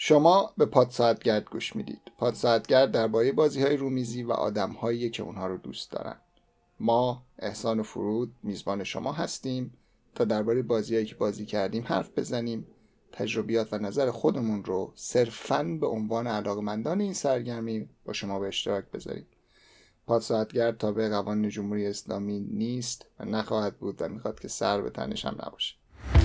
شما به پادساعتگرد گوش میدید. پادساعتگرد درباره بازی‌های رومیزی و آدم‌هایی که اونها رو دوست دارن. ما احسان و فرود میزبان شما هستیم تا درباره بازی‌هایی که بازی کردیم حرف بزنیم، تجربیات و نظر خودمون رو صرفاً به عنوان علاقه‌مندان این سرگرمی با شما به اشتراک بذاریم. پادساعتگرد تابع قوانین جمهوری اسلامی نیست و نخواهد بود و میخواد که سر به تنش هم نباشه.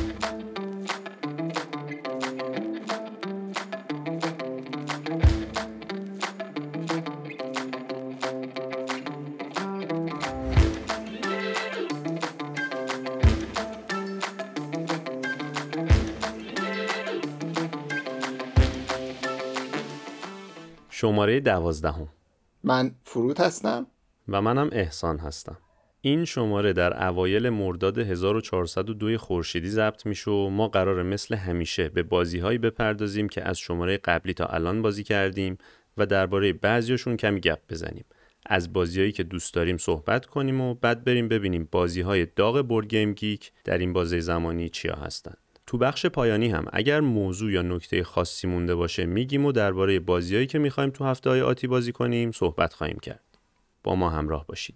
شماره 12. من فرود هستم و منم احسان هستم. این شماره در اوایل مرداد 1402 خورشیدی ضبط میشه و ما قراره مثل همیشه به بازی‌هایی بپردازیم که از شماره قبلی تا الان بازی کردیم و درباره بعضیاشون کمی گپ بزنیم. از بازی‌هایی که دوست داریم صحبت کنیم و بعد بریم ببینیم بازی‌های داغ بورد گیم گیک در این بازه زمانی چیا هستن. تو بخش پایانی هم اگر موضوع یا نکته خاصی مونده باشه میگیم و درباره بازی‌هایی که می‌خوایم تو هفته‌های آتی بازی کنیم صحبت خواهیم کرد. با ما همراه باشید.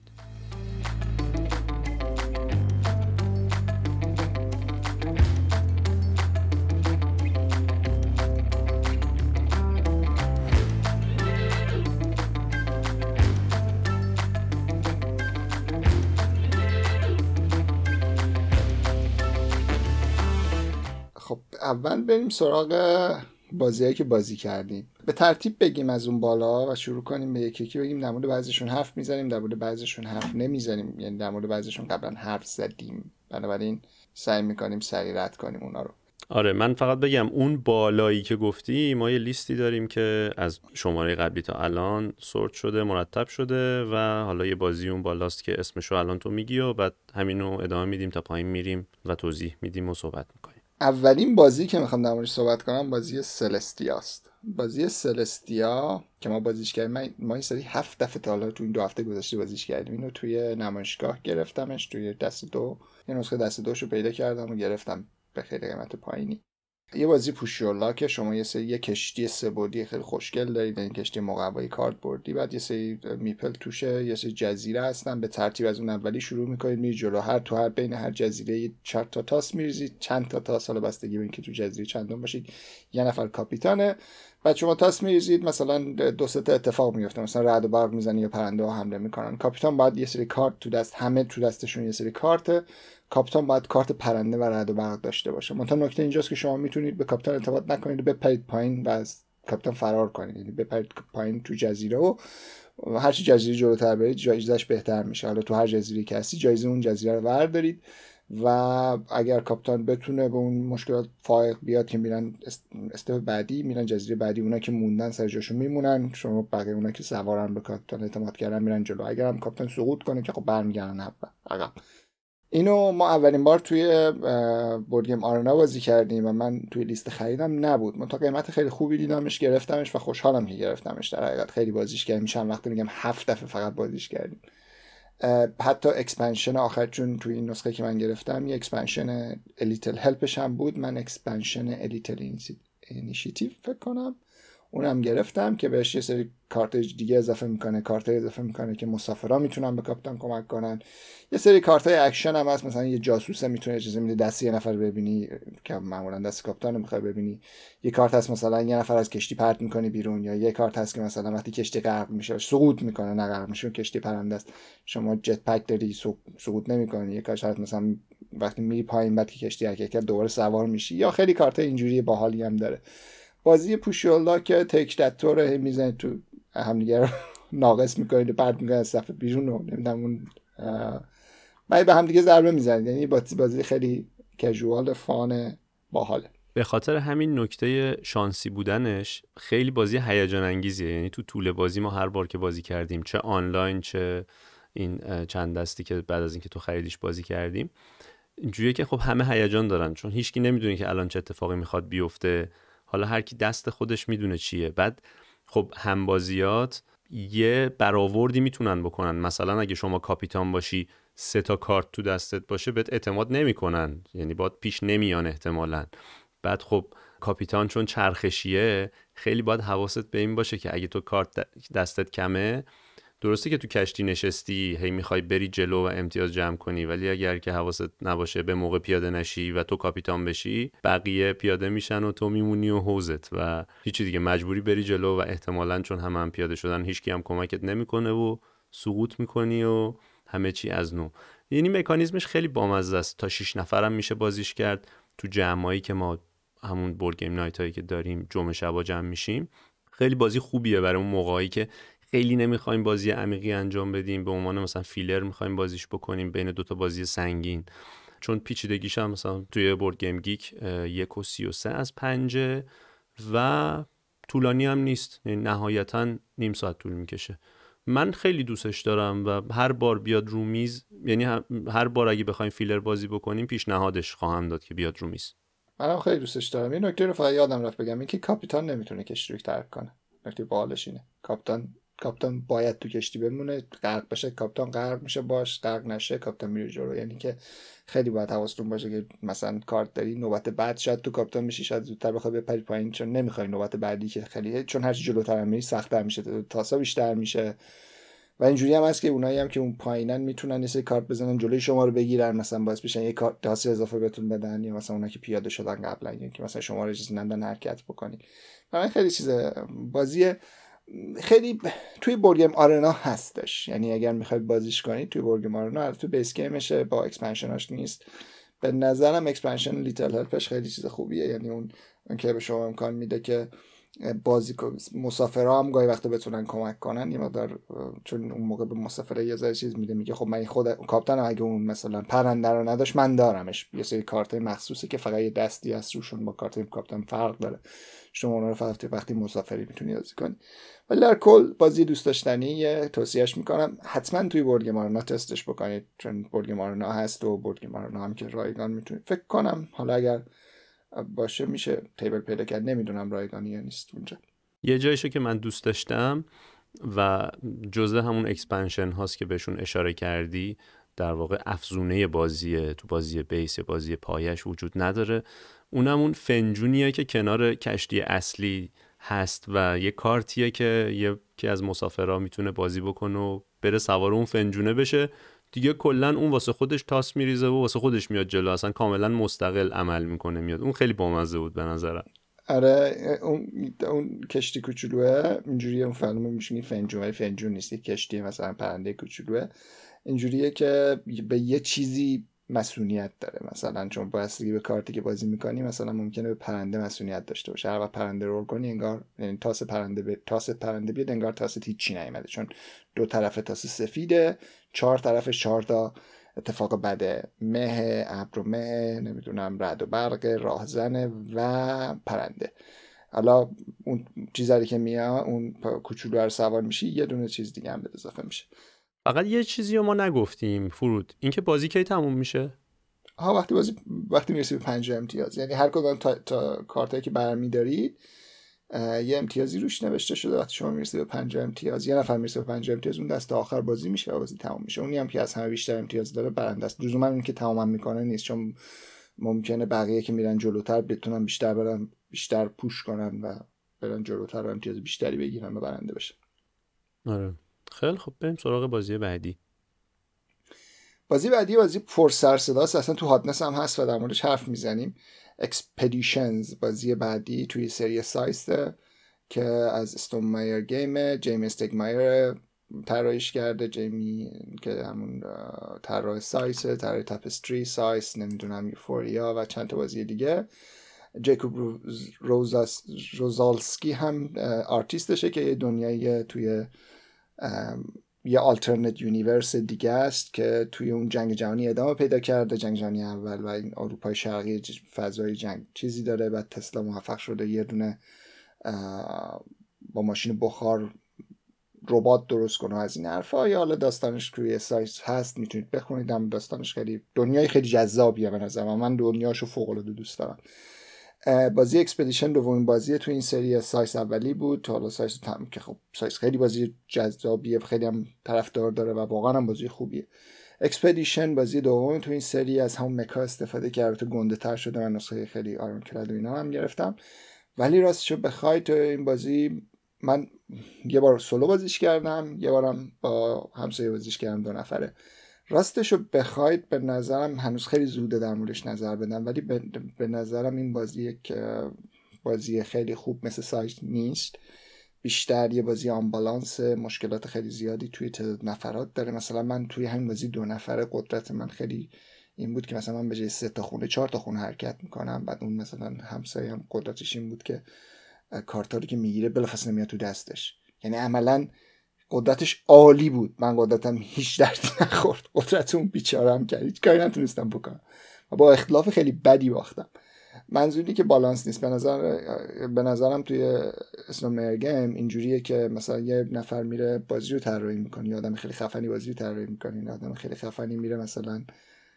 خب اول بریم سراغ بازی‌هایی که بازی کردیم. به ترتیب بگیم از اون بالا و شروع کنیم به یکی یکی بگیم. در مورد بعضیشون حرف میزنیم، در مورد بعضیشون حرف نمیزنیم، یعنی در مورد بعضیشون قبلا حرف زدیم، بنابراین سعی میکنیم سریع رد کنیم اونا رو. آره، من فقط بگم اون بالایی که گفتی ما یه لیستی داریم که از شماره قبلی تا الان سورت شده، مرتب شده و حالا یه بازی اون بالاست که اسمشو الان تو میگی و بعد همینو ادامه میدیم تا پایین میریم و توضیح میدیم و صحبت میکنیم. اولین بازی که میخوام در موردش صحبت کنم بازی سلستیا است. بازی سلستیا که ما بازیش کردیم، ما این سری 7 دفعه تا حالا تو این 2 هفته گذشته بازیش کردیم. اینو توی نمایشگاه گرفتمش، توی دست دو، یه نسخه دست دوشو پیدا کردم و گرفتم به خیلی قیمت پایینی. یه بازی پوشیولا که شما یه کشتی سه‌بعدی خیلی خوشگل دارید، این کشتی مقوایی کاردبردی، بعد یه سری میپل توشه، یه سری جزیره هستن. به ترتیب از اون اولی شروع میکنید، میرید جلو، هر بین هر جزیره چند تا تاس میریزید، چند تا تاس، حالا بستگی به اینکه تو جزیره چندم باشید. یه نفر کاپیتانه، بعد شما تاس میریزید، مثلا 2-3 تا اتفاق میفته، مثلا رعد و برق میزنه یا پرنده ها حمله میکنن. کاپیتان بعد یه سری کارت تو دست، همه تو دستشون یه سری کارت. کاپیتان باید کارت پرنده و رعد و برق داشته باشه. منتها نکته اینجاست که شما میتونید به کاپیتان اعتماد نکنید و بپرید پایین و از کاپیتان فرار کنید، یعنی بپرید پایین تو جزیره و هر چی جزیره جلوتر برید جایزش بهتر میشه. حالا تو هر جزیره که هستی جایزه اون جزیره رو بردارید و اگر کاپیتان بتونه به اون مشکلات فائق بیاد که میرن استپ بعدی، میرن جزیره بعدی، اونا که موندن سر جاشون میمونن، شما بقیه اونا که سوارن به کاپیتان اعتماد کردن میرن جلو. اگر هم کاپیتان سقوط کنه که خب برمیگردن عقب. اینو ما اولین بار توی بورد گیم آرنا بازی کردیم و من توی لیست خریدم نبود. من تا قیمت خیلی خوبی دیدمش، گرفتمش و خوشحالم که گرفتمش. در حقیقت خیلی بازیش کردیم، چند وقت میگم 7 دفعه فقط بازیش کردیم. حتی اکسپنشن آخر، چون توی این نسخه که من گرفتم یه اکسپنشن الیتل هلپش هم بود، من اکسپنشن الیتل اینیشیتیو فکر کنم اونم گرفتم که بهش یه سری کارتای دیگه اضافه میکنه، کارتای اضافه میکنه که مسافرا میتونن به کاپیتان کمک کنن. یه سری کارتای اکشن هم هست، مثلا یه جاسوس میتونه اجازه میده دست یه نفر ببینی که معمولا دست کاپیتان میخوای ببینی. یه کارت هست مثلا یه نفر از کشتی پرت میکنه بیرون، یا یه کارت هست که مثلا وقتی کشتی غرق میشه سقوط میکنه، نه غرق میشه، کشتی پرنده است، شما جت پک داری سقوط نمیکنی. یه کارت هست مثلا وقتی میری پایین بعد که کشتی حرکت کرد دوباره سوار میشی، یا خیلی کارتای اینجوری باحالی هم داره. بازی پوشیولا که تک دکتور میزنه تو همدیگه رو ناقص میکنید و پرت میکنید از صفحه بیرون و نمیدونم اون بعد به همدیگه ضربه میزنید. یعنی بازی خیلی کژوال، فان، باحاله. به خاطر همین نکته شانسی بودنش خیلی بازی هیجان انگیزیه. یعنی تو طول بازی ما هر بار که بازی کردیم، چه آنلاین چه این چند دستی که بعد از اینکه تو خریدیش بازی کردیم، اینجوریه که خب همه هیجان دارن، چون هیچکی نمیدونه که الان چه اتفاقی میخواد بیفته. حالا هر کی دست خودش میدونه چیه. بعد خب همبازیات یه برآوردی میتونن بکنن. مثلا اگه شما کاپیتان باشی 3 تا کارت تو دستت باشه بهت اعتماد نمیکنن، یعنی باید پیش نمیان احتمالاً. بعد خب کاپیتان چون چرخشیه خیلی باید حواست به این باشه که اگه تو کارت دستت کمه، درسته که تو کشتی نشستی هی میخوای بری جلو و امتیاز جمع کنی، ولی اگر که حواست نباشه به موقع پیاده نشی و تو کاپیتان بشی، بقیه پیاده میشن و تو میمونی و حوزت و هیچی دیگه، مجبوری بری جلو و احتمالاً چون هم پیاده شدن هیچکی هم کمکت نمیکنه و سقوط میکنی و همه چی از نو. یعنی مکانیزمش خیلی بامزه است. تا 6 نفرم میشه بازیش کرد تو جمعایی که ما همون بورد گیم نایت هایی که داریم جمعه شبا جمع میشیم. خیلی بازی خوبیه برای اون موقعی که خیلی نمیخوایم بازی عمیقی انجام بدیم، به عنوان مثلا فیلر میخوایم بازیش بکنیم بین دوتا بازی سنگین، چون پیچیدگیش هم مثلا توی بورد گیم گیک 1.33/5 و طولانی هم نیست، یعنی نهایتا نیم ساعت طول میکشه. من خیلی دوستش دارم و هر بار بیاد رو میز، یعنی هر بار اگه بخوایم فیلر بازی بکنیم پیشنهادش خواهم داد که بیاد رو میز. منم خیلی دوستش دارم. این نکته رو فقط یادم رفت بگم، اینکه کاپیتان نمیتونه کشتی رو ترک کنه. نکته باحالش اینه کاپیتان باید تو کشتی بمونه، غرق بشه کاپیتان غرق میشه، باش غرق نشه کاپیتان میره جلو. یعنی که خیلی باید حواستون باشه که مثلا کارت داری نوبت بعد شاید تو کاپیتان میشی، شاید زودتر بخوای بپری پایین، چون نمیخوای نوبت بعدی که خیلی، چون هر چی جلوتر میری سخت‌تر میشه، تاسا بیشتر میشه. و اینجوری هم هست که اونایی هم که اون پایینن میتونن یه سری کارت بزنن جلوی شما رو بگیرن، مثلا باعث بشن یه کارت تاس اضافه بهتون بدن، یا مثلا اونایی که پیاده شدن قبلا، یا که مثلا شما رو اجازه نمیدن حرکت بکنید. من خیلی بازی خیلی توی بورد گیم آرنا هستش، یعنی اگر میخواید بازیش کنید توی بورد گیم آرنا، تو بیس گیمشه، با اکسپنشناش نیست. به نظرم اکسپنشن لیتل هلپش خیلی چیز خوبیه، یعنی اون که به شما امکان میده که بازی مسافرها هم گاهی وقتا بتونن کمک کنن یه مقدار، چون اون موقع به مسافرها یه ذره چیز میده، میگه خب من خود کاپیتان اگه اون مثلا پرنده رو نداشت من دارمش، یه سری کارت مخصوصی که فقط یه دستی هست روشون، با کارت کاپیتان فرق داره، شما اونها رو فقط وقتی مسافری میتونی بازی کنی. ولی در کل بازی دوست داشتنی، توصیهش میکنم حتما توی بورد گیم آرنا تستش بکنید، چون بورد گیم آرنا هست و بورد گیم آرنا هم که رایگان میتونید فکر کنم، حالا اگر باشه میشه تیبل پیدا کرد، نمیدونم رایگانی یا نیست اونجا. یه جایشه که من دوست داشتم و جزء همون اکسپنشن هاست که بهشون اشاره کردی، در واقع افزونه بازیه تو بازی بیس، بازی پایش وجود نداره، اونم اون فنجونیه که کنار کشتی اصلی هست و یه کارتیه که یکی از مسافرها میتونه بازی بکنه و بره سوار اون فنجونه بشه دیگه، کلا اون واسه خودش تاس میریزه و واسه خودش میاد جلو، اصلا کاملا مستقل عمل میکنه میاد. اون خیلی بامزه بود به نظرم. آره اون کشتی کوچولوه اینجوریه، اون فیلم میشونی فنجون، ولی فنجون نیست، یه کشتی مثلا پرنده کوچولوه، اینجوریه که به یه چیزی مسئولیت داره، مثلا چون بایستی به کارتی که بازی میکنی مثلا ممکنه به پرنده مسئولیت داشته باشه، هر وقت پرنده رول کنی انگار، یعنی تاس پرنده بیاد انگار تاست هیچی نیومده، چون دو طرف تاس سفیده، چهار طرفش 4 تا اتفاق بده، مه، ابر و مه، نمیدونم رعد و برق، راهزنه و پرنده. حالا اون چیزایی که میاد اون کوچولو رو سوار میشی، یه دونه چیز دیگه هم به اضافه میشه. فقط یه چیزی رو ما نگفتیم فرود، اینکه بازی کی تموم میشه؟ وقتی میرسی به 5 امتیاز، یعنی هر کدوم تا کارتایی که برمیدارید یه امتیازی روش نوشته شده، وقتی شما میرسی به 5 امتیاز، یه نفر میرسه به 5 امتیاز، اون دست آخر بازی میشه و بازی تموم میشه. اونی هم که از همه بیشتر امتیاز داره برنده است. لزوما اون که تمام میکنه نیست، چون ممکنه بقیه که میرن جلوتر بتونن بیشتر پوش کنن و برن جلوتر و امتیاز بیشتری بگیرن و برنده بشن. آره خیلی خب، بریم سراغ بازی بعدی. بازی پر سر صداست، اصلا تو هاتنس هم هست و در موردش حرف میزنیم. اکسپدیشنز بازی بعدی توی سری سایسته که از استون مایر گیم، جیمی استگمایر طراحیش کرده، جیمی که همون طراح سایس، طراح تاپستری سایس، نمیدونم یوفوریا و چند تا بازی دیگه. جیکوب روزالسکی هم آرتیستشه که یه دنیایی توی یه آلترنت یونیورس دیگه است که توی اون جنگ جهانی ادامه پیدا کرده، جنگ جهانی اول، و این اروپای شرقی فضای جنگ چیزی داره. بعد تسلا موفق شده یه دونه با ماشین بخار ربات درست کنه از این حرفا. یا حالا داستانش توی سایت هست، میتونید بخونید، هم داستانش خیلی دنیای خیلی جذابیه به نظر من دنیاشو فوق العاده دوست دارم. بازی اکسپدیشن دومین بازی تو این سری سایس اولی بود، تا حالا سایس که خب سایس خیلی بازی جذابیه، خیلی هم طرفدار داره و واقعا هم بازی خوبیه. اکسپدیشن بازی دوم تو این سری از همون مکا استفاده کرد، تو گنده تر شده. من نسخه خیلی آرون کرد و اینا هم گرفتم. ولی راستشو بخوای تو این بازی من یه بار سولو بازیش کردم، یه بارم با همسایه بازیش کردم 2 نفره. راستشو بخواید به نظرم هنوز خیلی زوده در موردش نظر بدم، ولی به نظرم این بازی که بازی خیلی خوب مثل سایت نیست، بیشتر یه بازی آنبالانس، مشکلات خیلی زیادی توی تعداد نفرات داره. مثلا من توی همین بازی 2 نفره قدرت من خیلی این بود که مثلا من به جای 3 تا خونه 4 تا خونه حرکت میکنم. بعد اون مثلا همسایه هم قدرتش این بود که کارتا رو که میگیره بلافاصله میاد تو دستش، یعنی عملا قدرتش عالی بود. من قدرتم هیچ دردی نخورد، قدرت اون بیچاره هم کرد، هیچ کاری نتونستم بکنم و با اختلاف خیلی بدی باختم. منظوری که بالانس نیست. به نظرم توی اسلام گیم اینجوریه که مثلا یه نفر میره بازی رو طراحی میکنه، یه آدم خیلی خفنی بازی رو طراحی میکنه، یه آدم خیلی خفنی میره مثلا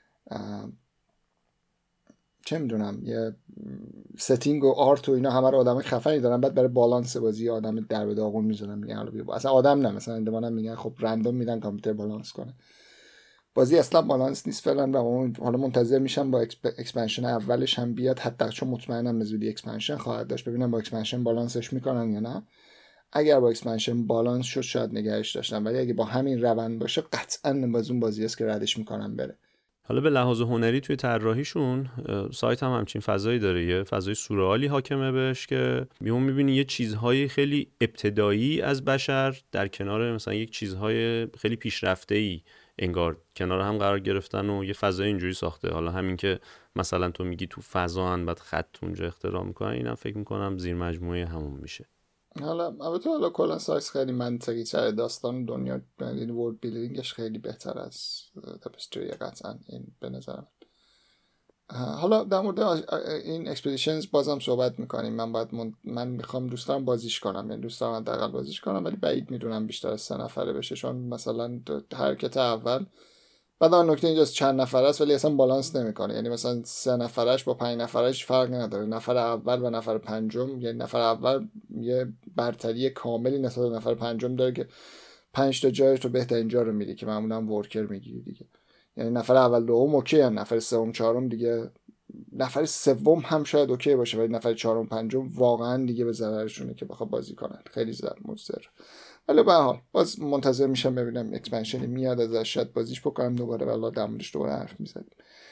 چه میدونم یه ستینگ و آرت و اینا همه رو آدم خفنی دارن، بعد برای بالانس بازی آدم در به داغون میذارن، میگن حالا بیا اصلا آدم نه، مثلا اندمانم میگن خب رندوم میدن کامپیوتر بالانس کنه. بازی اصلا بالانس نیست فعلا و حالا منتظر میشم با اکسپنشن اولش هم بیاد، حتی چون مطمئنم به زودی اکسپنشن خواهد داشت، ببینم با اکسپنشن بالانسش میکنن یا نه. اگر با اکسپنشن بالانس شد شاید نگهش داشتم، ولی اگه با همین روند باشه قطعا باز اون بازی است که ردش میکنم بره. حالا به لحاظ هنری توی طراحیشون سایت هم همچین فضایی داره، یه فضای سورئالی حاکمه بهش که میبینی یه چیزهای خیلی ابتدایی از بشر در کنار مثلا یک چیزهای خیلی پیشرفته‌ای انگار کنار هم قرار گرفتن و یه فضای اینجوری ساخته. حالا همین که مثلا تو میگی تو فضا ان بعد خط اونجا اختراع میکنن، اینم فکر میکنم زیر مجموعه همون میشه. حالا البته حالا کلا سایز خیلی منطقی تره، داستان دنیا یعنی ورد بیلدینگش خیلی بهتر از تپستری قطعا این به نظرم. حالا در مورد این اکسپدیشنز بازم صحبت میکنیم. من میخوام دوستان بازیش کنم، یعنی دوستان حداقل بازیش کنم، ولی بعید میدونم بیشتر از 3 نفره بشه، چون مثلا حرکت اول بعد اون نکته اینجاست چند نفره است ولی اصلا بالانس نمیکنه، یعنی مثلا 3 نفرش با 5 نفرش فرق نداره. نفر اول و نفر پنجم، یعنی نفر اول یه برتری کاملی نسبت به نفر پنجم داره که 5 تا جای تو بهترین جا رو میری که معمولا ورکر میگیری دیگه. یعنی نفر اول دوم اوکی ان، نفر سوم چهارم دیگه، نفر سوم هم شاید اوکی باشه ولی نفر چهارم پنجم واقعا دیگه به ضررشونه که بخواد بازی کنن، خیلی مضر. ولی به هر حال باز منتظر میشم ببینم اکسپنشنی میاد ازش، شاید بازیش بکنم دوباره، والله در موردش دوباره حرف میزنیم.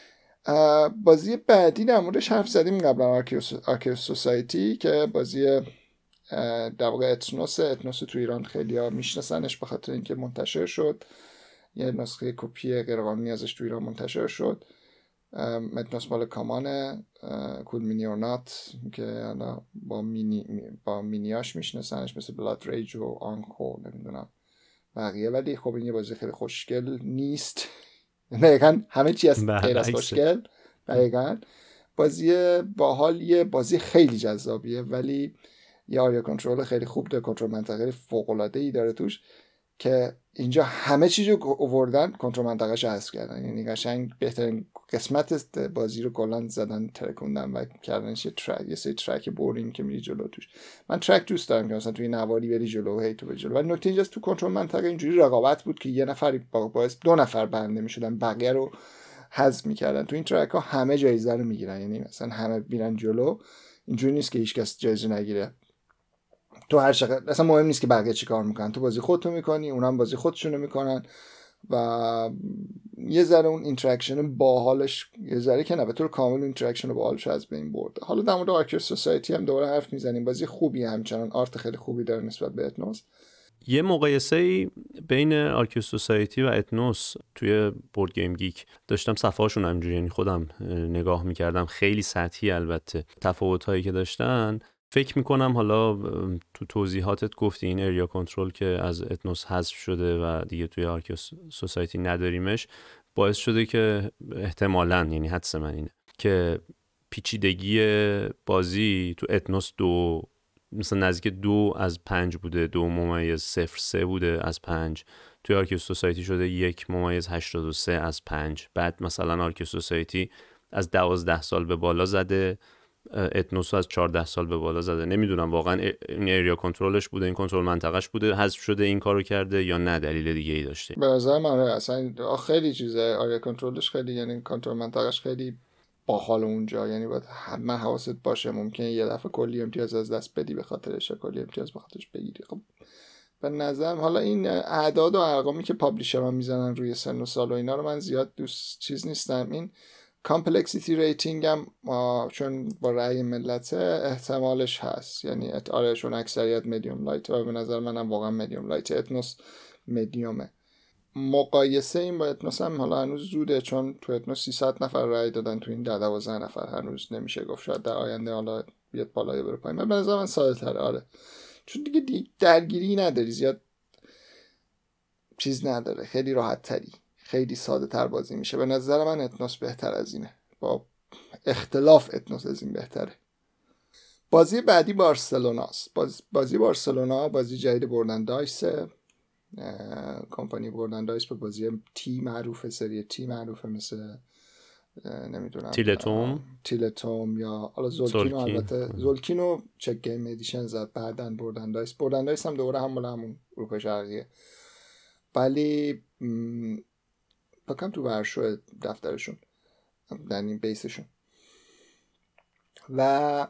بازی بعدی در موردش حرف زدیم قبلا، آرکیوس سوسایتی که بازی در واقع اتنوس تو ایران خیلی ها میشناسنش به خاطر اینکه منتشر شد، یه نسخه کپی غیرقانونی ازش تو ایران منتشر شد. اتنوس مال کامانه، کود مینی اور نات که با مینیاش میشناسنش مثل بلاد ریج و آنکو نمیدونم بقیه، ولی خب این یه بازی خیلی خوشگل نیست دقیقا همه چی از غیر از خوشگل. دقیقا بازی باحالیه، بازی خیلی جذابیه، ولی یه آریا کنترل خیلی خوب داره، کنترل منطقه فوق‌العاده‌ای داره توش که اینجا همه چیزو آوردن کنترل منطقه‌شو حذف کردن، یعنی قشنگ بهترین قسمت بازی رو کلا زدن ترکوندن و کردنش یه سری ترک بورینگ که میری جلو توش. من ترک دوست دارم که مثلا توی نواری بری جلو هی تو به جلو، ولی نکته اینجاست تو کنترل منطقه اینجوری رقابت بود که یه نفر باعث 2 نفر برنده میشدن، بقیه رو حذف میکردن. تو این ترک ها همه جایزه رو میگیرن، یعنی مثلا همه میرن جلو، اینجوری نیست که هیچ کس جایزه نگیره. تو هر چقدر اصلا مهم نیست که بقیه چی کار میکنن، تو بازی خودتو میکنی، اونم بازی خودشونو میکنن و یه ذره اون اینتراکشن باحالش یه ذره که نه به طور کامل اینتراکشن باحالش از بین برده. حالا در مورد آرکیوس سوسایتی هم دوباره حرف میزنیم، بازی خوبیه، همچنان آرت خیلی خوبی داره نسبت به اتنوس. یه مقایسه بین آرکیوس سوسایتی و اتنوس توی بورد گیم گیک داشتم، صفحه‌هاشون همینجوری یعنی خودم نگاه میکردم، خیلی سطحی البته تفاوت‌هایی که داشتن. فکر میکنم حالا تو توضیحاتت گفتی این اریا کنترل که از اتنوس حذف شده و دیگه توی آرکیوس سوسایتی نداریمش، باعث شده که احتمالاً، یعنی حدس من اینه که پیچیدگی بازی تو اتنوس مثلا نزدیک 2/5 بوده، 2.03 بوده از 5، توی آرکیوس سوسایتی شده 1.83/5. بعد مثلا آرکیوس سوسایتی از 12 سال به بالا زده اتنوس از 14 سال به بالا زده. نمیدونم واقعا این ایریا کنترلش بوده، این کنترل منطقهش بوده حذف شده این کارو کرده یا نه دلیل دیگه ای داشته. به نظر من اصلا خیلی چیزه، آره کنترلش خیلی، یعنی کنترل منطقهش خیلی باحال اونجا، یعنی باید حتما حواست باشه ممکنه یه دفعه کلی امتیاز از دست بدی به خاطرش، کلی امتیاز به خاطرش بگیری. خب به نظرم حالا این اعداد و ارقامی که پابلیشرها میزنن روی سن و سال و اینا رو من زیاد دوست چیز نیستم. این کامپلکسیتی ریتینگ هم چون با رأی ملت احتمالش هست، یعنی آره چون اکثریت مدیوم لایت و به نظر منم واقعا مدیوم لایت، اتنوس مدیومه. مقایسه این با اتنوس هم حالا هنوز زوده، چون تو اتنوس 300 نفر رأی دادن، تو این 12 نفر هنوز نمیشه گفت، شاید در آینده حالا بیاد بالا یا بره پایین. به نظر من ساده تره، آره چون دیگه درگیری نداری، زیاد چیز نداره، خیلی راحت تری، خیلی ساده تر بازی میشه. به نظر من اتنوس بهتر از اینه، با اختلاف اتنوس از این بهتره. بازی بعدی بارسلوناست. بازی بارسلونا بازی جدید بردن دایس، کمپانی بردن دایس به بازی تی معروفه، سری تی معروفه، مثل نمیدونم تیلتوم یا حالا زولکینو. البته زولکینو چک گیم ادیشن زد، بعدن بردن دایس هم دوباره هم همون اروپا شرقیه، ولی پاکم تو ورشو دفترشون در این بیسشون. و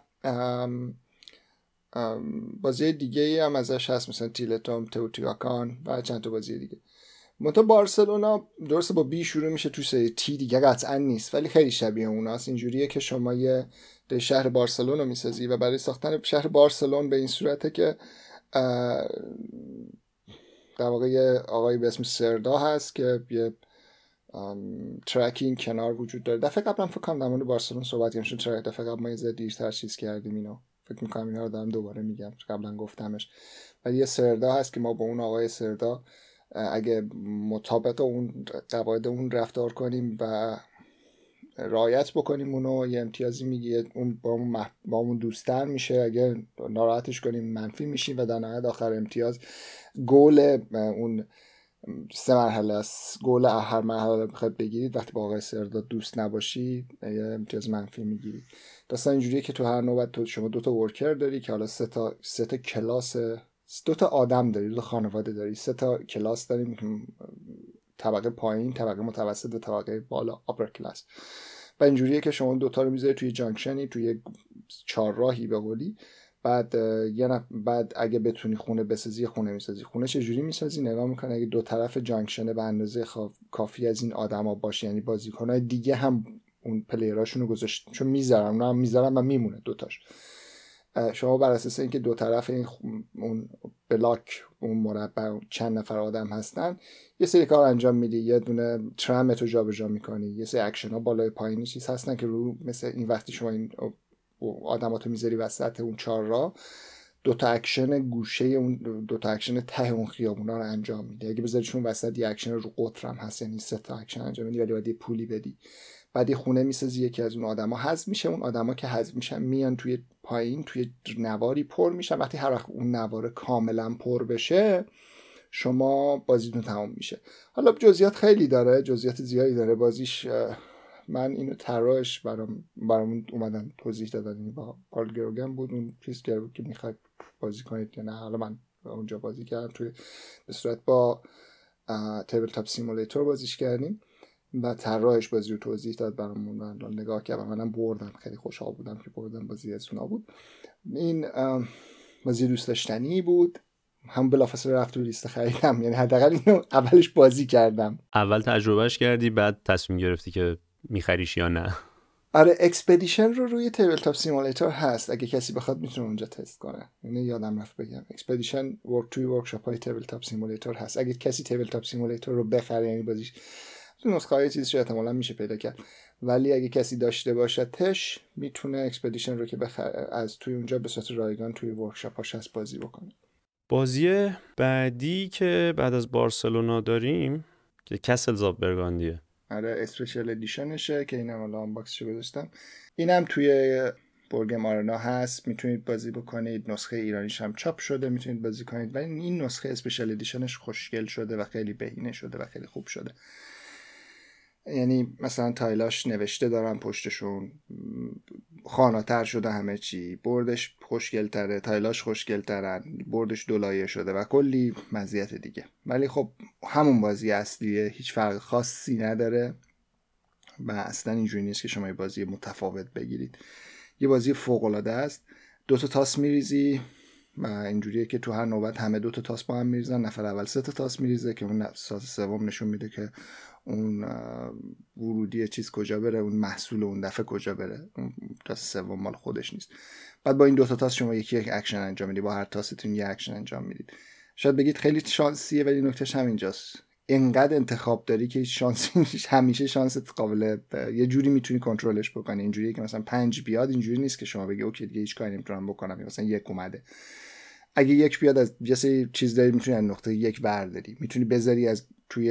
بازی دیگه هم ازش هست مثلا تیلتوم، توتیواکان و چند تا بازی دیگه. منتها بارسلونا درسته با بی شروع میشه، تو سری تی دیگه قطعا نیست، ولی خیلی شبیه اوناست. اینجوریه که شما یه شهر بارسلون رو میسازی و برای ساختن شهر بارسلون به این صورته که در واقع یه آقایی به اسم سردا هست که یه ترکینگ کنار وجود داره. دفعه قبلا فکر کنم در مورد بارسلون صحبت کردیم، چون دفعه قبل ما یه ذره دیرتر چیز کردیم اینو، فکر می‌کنم اینا رو دارم دوباره میگم، قبلا گفتمش. ولی یه سردا هست که ما با اون آقای سردا اگه مطابق اون قواعد اون رفتار کنیم و رعایت بکنیم اونو، یه امتیازی میگیره، اون با اون دوستر میشه، اگه ناراحتش کنیم منفی میشیم و در نهایت آخر امتیاز گل اون 3 مرحله است، گل هر مرحله بخواید بگیرید، وقتی با آقای سرداد دوست نباشی یه امتیاز منفی میگیری. داستان اینجوریه که تو هر نوبت تو شما 2 تا ورکر داری که حالا 3 تا کلاس، 2 تا آدم داری، 2 تا خانواده داری، 3 تا کلاس داریم، طبقه پایین، طبقه متوسط و طبقه بالا، آپر کلاس. و اینجوریه که شما 2 تا رو میذاری توی جانکشنی، توی چهارراهی به قولی، بعد اگه بتونی خونه بسازی خونه میسازی. خونه چجوری میسازی؟ نگاه میکنه اگه 2 طرف جانکشن به اندازه کافی از این آدما باشه، یعنی بازیکنای دیگه هم اون پلیراشون رو گذاشت، چون میذارم و میمونه 2 تاش. شما بر اساس اینکه 2 طرف این اون بلاک، اون مربع چند نفر آدم هستن، یه سری کار انجام میدی، یه دونه ترامت رو جابجا میکنی، یه سری اکشن ها بالای پایینی چیز هستن که رو مثل این وقتی شما این آدماتو میذاری وسط اون 4 راه، 2 تا اکشن گوشه اون 2 تا اکشن ته اون خیابونا رو انجام میده. اگه بذاریشون وسط یه اکشن رو قطر هم هست، یعنی 3 تا اکشن انجام میدی، ولی باید یه پولی بدی. بعد یه خونه میسازی، یکی از اون آدما حذف میشه، اون آدما که حذف میشن میان توی پایین توی نواری پر میشن. وقتی هر وقت اون نوار کاملا پر بشه شما بازیتون تمام میشه. حالا جزئیات خیلی داره، جزئیات زیادی داره بازیش. من اینو طراحش برامون اومدن توضیح دادن، با پال گروگن بود، اون چیز که میخواد بازی کنید که نه. حالا من اونجا بازی کردم، توی به صورت با تیبل تاپ سیمولیتور بازیش کردیم و طراحش بازی رو توضیح داد برامون. من نگاه کردم، منم بردم، خیلی خوشحال بودم که بردم، بازی از اونا بود. این بازی دوست داشتنی بود، هم بلافاصله رفت تو لیست خریدم، یعنی حداقل اینو اولش بازی کردم. اول تجربهش کردی بعد تصمیم گرفتی که میخریش یا نه؟ آره اکسپدیشن رو روی تیبل تاپ سیمولیتور هست، اگه کسی بخواد میتونه اونجا تست کنه. یعنی یادم رفت بگم اکسپدیشن توی ورکشاپ های تیبل تاپ سیمولیتور هست. اگه کسی تیبل تاپ سیمولیتور رو بخره، یعنی بازیش تو نسخه های چیزش احتمالاً میشه پیدا کرد، ولی اگه کسی داشته باشه تش میتونه اکسپدیشن رو که بخره از توی اونجا به صورت رایگان توی ورکشاپ هاش هست بازی بکنه. بازی بعدی که بعد از بارسلونا داریم که کسلز آف برگاندیه. آره اسپیشال ادیشنشه که اینم الان باکسشو گذاشتم. اینم توی بورگم آرنا هست، میتونید بازی بکنید. نسخه ایرانیش هم چاپ شده، میتونید بازی کنید. ولی این نسخه اسپیشال ادیشنش خوشگل شده و خیلی بهینه شده و خیلی خوب شده. یعنی مثلا تایلاش نوشته دارن پشتشون، خاناتر شده همه چی، بردش خوشگلتره، تایلاش خوشگلترن، بردش دولایه شده و کلی مزیت دیگه. ولی خب همون بازی اصلیه، هیچ فرق خاصی نداره و اصلا اینجوری نیست که شما یه بازی متفاوت بگیرید. یه بازی فوق‌العاده است. 2 تا تاس میریزی و اینجوریه که تو هر نوبت همه 2 تا تاس با هم میریزن، نفر اول 3 تا تاس میریزه که اون تاس سوم نشون میده که اون ورودی چیز کجا بره، اون محصول اون دفعه کجا بره، اون تاس سوم مال خودش نیست. بعد با این 2 تا تاس شما یک اکشن انجام میدید، با هر تاستون یک اکشن انجام میدید. شاید بگید خیلی شانسیه، ولی نکتهش همینجاست، اینقدر انتخاب داری که شانسی همیشه شانست قابل یه جوری میتونی کنترلش بکنی. اینجوریه که مثلا 5 بیاد، اینجوری نیست که شما بگی اوکی دیگه هیچ کاری نمیتونم بکنم، مثلا 1 اومده. اگه 1 بیاد از یه سری چیز داری میتونی از نقطه 1 برداری، میتونی بذاری از توی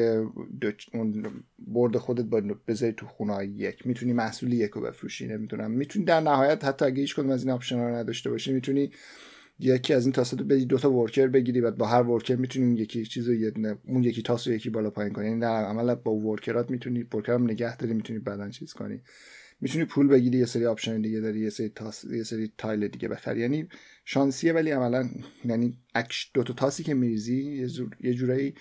اون برد خودت با بذاری تو خونه 1، میتونی محصول 1 رو بفروشی، نمیدونم، میتونی در نهایت حتی اگه هیچ کدوم از این آپشن‌ها رو نداشته باشی میتونی یکی از این تاساتو بدی 2 تا ورکر بگیری، بعد با هر ورکر میتونی یکی چیزو اون یکی تاسو یکی بالا پایین کنی. یعنی در عمل با ورکرات میتونی ورکرام نگه داری، میتونی بعدن چیز کنی، میتونی پول بگیری، یه سری آپشن دیگه داری، یه سری تاس، یه سری تایل دیگه بخری. یعنی شانسیه، ولی عملا یعنی 2 تا تاسی که میریزی یه جورایی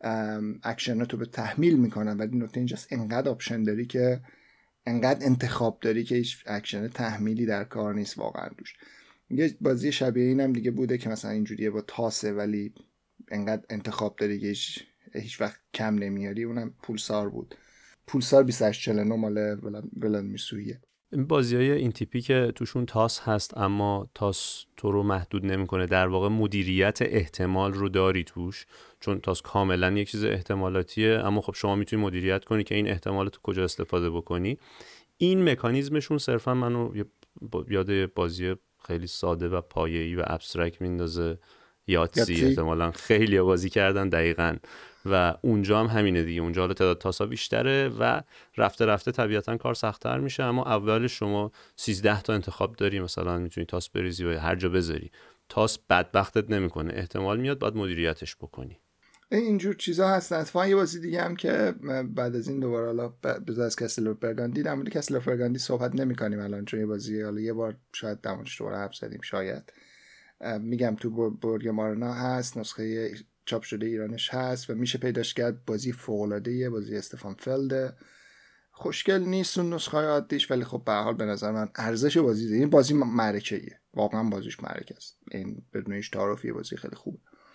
اکشناتو به تحمیل میکنن. ولی نکته اینجاست انقدر آپشن داری که، انقدر انتخاب داری که هیچ اکشن تحمیلی در کار نیست واقعا دوش. یه بازی شبیه اینم دیگه بوده که مثلا اینجوریه با تاسه، ولی انقدر انتخاب داری که هیچ وقت کم نمیاری. اونم پولسار بود، پولسار 2849 مال ولاد میسویه. این بازی‌های این تیپی که توشون تاس هست اما تاس تو رو محدود نمی‌کنه، در واقع مدیریت احتمال رو داری توش، چون تاس کاملا یک چیز احتمالاتیه، اما خب شما میتونی مدیریت کنی که این احتمالات کجا استفاده بکنی. این مکانیزمشون صرفا منو یاد بازی خیلی ساده و پایه‌ای و ابسترکت میندازه، یاتسی. احتمالاً خیلی بازی کردن دقیقاً و اونجا هم همینه دیگه. اونجا حالا تعداد تاسا بیشتره و رفته رفته طبیعتاً کار سخت‌تر میشه، اما اولش شما 13 تا انتخاب داری، مثلا میتونی تاس بریزی و هر جا بذاری. تاس بدبختت نمیکنه، احتمال میاد باید مدیریتش بکنی. اینجور چیزا هستن. اتفاقا یه بازی دیگه هم که بعد از این دوباره حالا بذار از کسل و فرگاندی، در مورد کسل و فرگاندی صحبت نمی‌کنیم الان، چون یه بازی حالا یه بار شاید دمونش دوباره حرف زدیم شاید. میگم تو برگ مارنا هست، نسخه چاپ شده ایرانش هست و میشه پیداش کرد. بازی فوق‌العاده‌ایه، بازی استفان فلده. خوشگل نیست اون نسخه عادیش، ولی خب به هر حال به نظر من ارزش بازی ده. این بازی معرکه‌ایه، واقعا بازیش معرکه است، این بدون هیچ تعارفی بازی خیلی خوبه.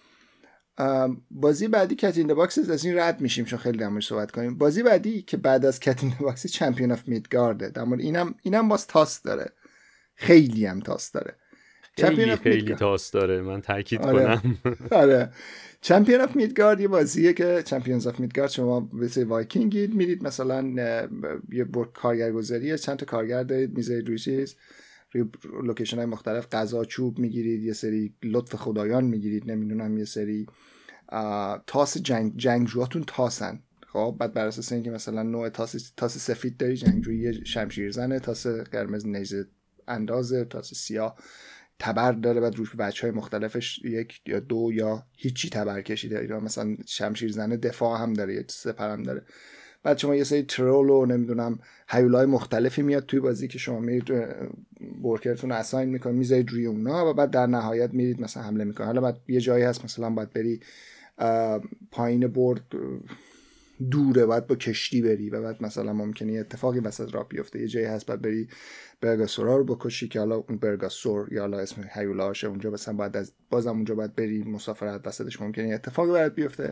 بازی بعدی کت این باکس، از این رد میشیم چون خیلی در موردش صحبت کنیم. بازی بعدی که بعد از کت این باکس چمپیون اف میدگارد، در مورد اینم باز تاس داره، خیلی هم تاس داره. خیلی تاس داره، من تاکید کنم. آره چمپیون اف میدگارد یه بازیه که چمپیونز اف میدگارد شما مثل وایکینگید، میرید مثلا یه کارگرگذاریه، چند تا کارگر دارید، میذارید روی چیز، روی لوکیشن های مختلف غذا چوب میگیرید، یه سری لطف خدایان میگیرید، نمیدونم یه سری تاس جنگجوهاتون تاسن. خب بعد بر اساس اینکه مثلا نوع تاس سفید داری جنگجوی شمشیرزنه، تاس قرمز نیزه اندازه، تاس سیاه تبر داره، بعد روش بچهای مختلفش 1 یا 2 یا هیچی تبر کشیده، یا مثلا شمشیرزنه دفاع هم داره، یه سپر هم داره. بعد شما یه سری ترول و نمیدونم هیولای مختلفی میاد توی بازی که شما میرید ورکرتون رو اساین میکنید، میذارید روی اونا و بعد در نهایت میرید مثلا حمله میکنید. حالا بعد یه جایی هست مثلا باید بری پایین برد دوره، باید با کشتی بری و بعد مثلا ممکنه یه اتفاقی وسط راه بیفته. یه جایی هست باید بری برگاسورا رو بکشی که حالا اون برگاسور یا حالا اسم هیولاشه، اونجا مثلا باید بازم اونجا باید بری مسافرت، وسطش ممکنه یه اتفاقی برات بیفته.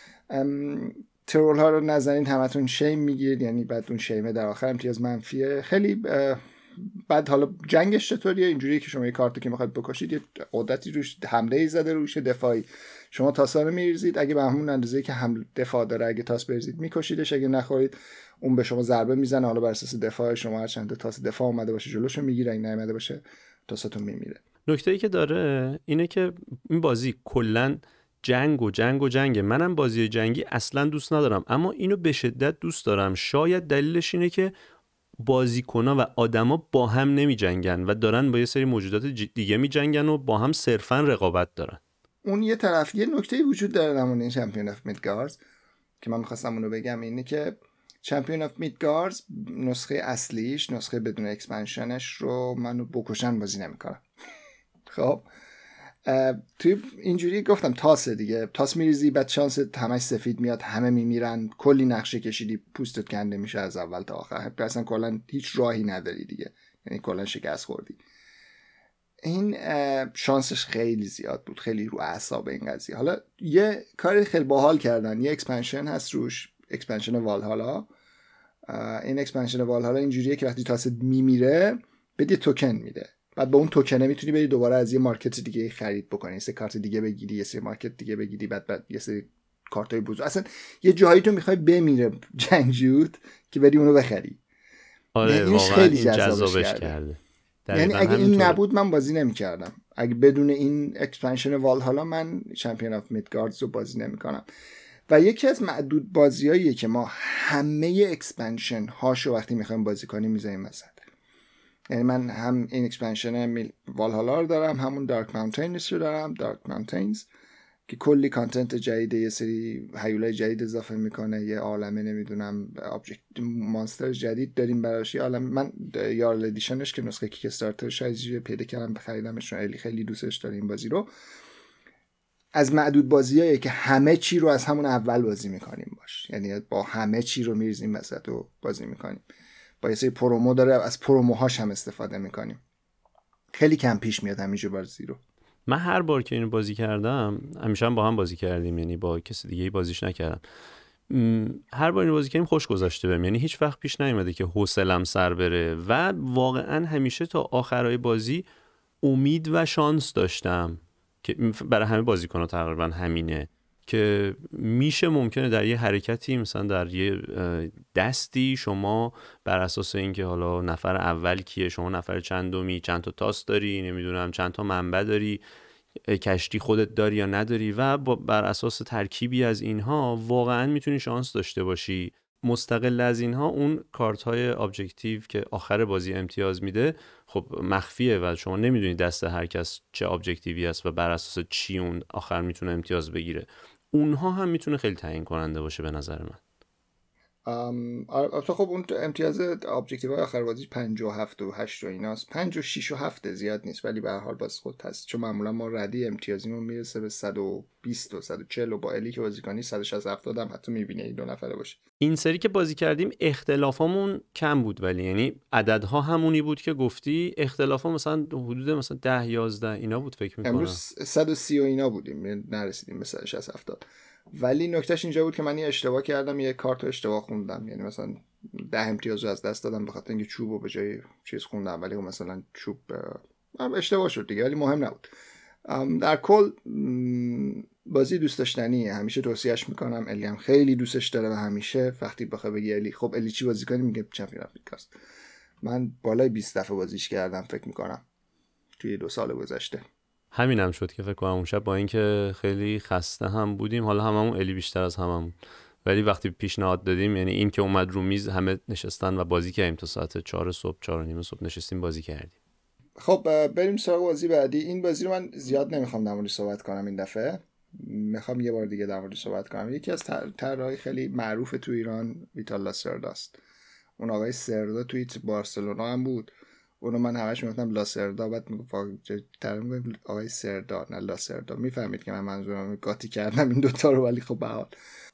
ترول ها رو نزنید همتون شیم میگیرید، یعنی بعد اون شیمه در آخر امتیاز منفیه. خیلی بعد حالا جنگش چطوریه؟ اینجوریه که شما یه کارت که میخواید بکشید، یه عدتی روش حمله ای زده، روش دفاعی، شما تاسا رو میریزید، اگه به همون اندازه‌ای که حمله دفاع داره اگه تاس بریزید میکشیدش، اگه نخورید اون به شما ضربه میزنه، حالا بر اساس دفاع شما هر چند تا تاس دفاع اومده باشه جلوشو میگیره، اگه نیومده باشه تاساتون میمیره. نکته‌ای که داره اینه که این بازی کلاً جنگه. منم بازی جنگی اصلا دوست ندارم، اما اینو به شدت دوست دارم. شاید دلیلش اینه که بازیکن‌ها و آدما با هم نمی جنگن و دارن با یه سری موجودات دیگه می جنگن و با هم صرفاً رقابت دارن. اون یه طرف یه نکته‌ای وجود داره در مورد چمپیون اف میدگارد که من می‌خواستم اونو بگم، اینه که چمپیون آف میدگاردز نسخه اصلیش، نسخه بدون اکسپنشنش رو منو بکشن بازی نمیکنم. خب توی اینجوری گفتم تاسه دیگه، تاس میریزی بعد شانس همش سفید میاد، همه میمیرن، کلی نقشه کشیدی، پوستت کنده میشه از اول تا آخر، اصلا کلا هیچ راهی نداری دیگه، یعنی کلا شکست خوردی. این شانسش خیلی زیاد بود، خیلی رو اعصاب این قضیه. حالا یه کاری خیلی باحال کردن، یه اکسپنشن هست روش، اکسپنشن والهالا. این اکسپنشن والهالا اینجوریه که وقتی تاس میمیره بدی توکن میده، بعد با اون توکنه میتونی بری دوباره از یه مارکت دیگه خرید بکنی، یه سری کارت دیگه بگیری، یه سری مارکت دیگه بگیری، بعد یه سری کارتای بزرگ، اصلا یه جایی تو میخوای بمیره جنگجوت که بری اونو بخری. آره واقعا خیلی این جذابش کرده. یعنی اگه این نبود من بازی نمی‌کردم، اگه بدون این اکسپنشن والهالا من چمپیون آف میدگاردز رو بازی نمی‌کنم. و یکی از معدود بازیاییه که ما همه اکسپنشن هاشو وقتی می‌خوایم بازی کنیم می‌ذاریم وسط. یعنی من هم این اکسپنشن والهالا رو دارم، همون دارک ماونتینز رو دارم، دارک ماونتینز که کلی کانتنت جدید، یه سری هیولای جدید اضافه میکنه، یه عالمه نمیدونم آبجکت مانستر جدید داریم براش، یه عالمه. من یارل ادیشنش که نسخه کیک استارترش از پیدا کردم بخریدمش، خیلی دوستش دارم این بازی رو. از معدود بازیاییه که همه چی رو از همون اول بازی میکنیم باش، یعنی با همه چی رو میریزیم وسط و بازی میکنیم. با یه سری پرومو داره، از پروموهاش هم استفاده میکنیم. خیلی کم پیش میاد همینجور بازی رو. من هر بار که اینو بازی کردم، همیشه هم با هم بازی کردیم، یعنی با کسی دیگه بازیش نکردم، هر بار اینو بازی کردیم خوش گذشته بهم، یعنی هیچ وقت پیش نیومده که حوصله‌ام سر بره و واقعا همیشه تا آخرای بازی امید و شانس داشتم که برای همه بازیکن‌ها تقریبا همینه که میشه ممکنه در یه حرکتی، مثلا در یه دستی، شما بر اساس اینکه حالا نفر اول کیه، شما نفر چندمی، چند تا تاس داری، نمیدونم چند تا منبع داری، کشتی خودت داری یا نداری، و بر اساس ترکیبی از اینها واقعا میتونی شانس داشته باشی. مستقل از اینها اون کارت های ابجکتیو که آخر بازی امتیاز میده خب مخفیه و شما نمیدونی دست هر کس چه ابجکتیوی است و بر اساس چی اون آخر میتونه امتیاز بگیره. اونها هم میتونه خیلی تعیین کننده باشه به نظر من. البته خب اون امتیاز ابجکتیو های آخر بازی 57 و 8 و ایناست، 5 و 6 و 7 زیاد نیست، ولی به هر حال باز خود هست، چون معمولا ما ردی امتیازیمون میرسه به 120 و 140 و با الی که بازی کنی 160 70 هم حتی میبینه این دو نفره باشه. این سری که بازی کردیم اختلافامون کم بود، ولی یعنی عددها همونی بود که گفتی، اختلافا مثلا حدود مثلا 10 11 اینا بود فکر میکنم. امروز 130 و اینا بودیم، نرسیدیم به 160 70. ولی نکتهش اینجا بود که من یه اشتباه کردم، یه کارت رو اشتباه خوندم، یعنی مثلا 10 امتیاز رو از دست دادم به خاطر اینکه چوب رو به جای چیز خوندم، ولی مثلا چوب اشتباه شد دیگه، ولی مهم نبود. در کل بازی دوست داشتنیه، همیشه توصیهش میکنم. الی هم خیلی دوستش داره و همیشه وقتی بخوای بگی الی خب الی چی بازی کنی، میگه چمپیون آف میدگاردز. من بالای 20 دفعه بازیش کردم فکر میکنم توی 2 سال گذشته. همینم شد که فکر کنم اون شب با اینکه خیلی خسته هم بودیم، حالا هممون الی بیشتر از هممون، ولی وقتی پیشنهاد دادیم، یعنی این که اومد رو میز همه نشستن و بازی کردیم تا ساعت 4 صبح، 4 و نیم صبح نشستیم بازی کردیم. خب بریم سراغ بازی بعدی. این بازی رو من زیاد نمیخوام در موردش صحبت کنم این دفعه، میخوام یه بار دیگه در موردش صحبت کنم. یکی از طراحای خیلی معروف تو ایران ویتال لاسرداست. اون آقای سردا توی بارسلونا هم بود، اونو من همش میگفتم لاسردا، بعد میگفتم آقای سردا نه لاسردا. میفهمید که من منظورم قاطی کردم این دوتا رو، ولی خب به حال.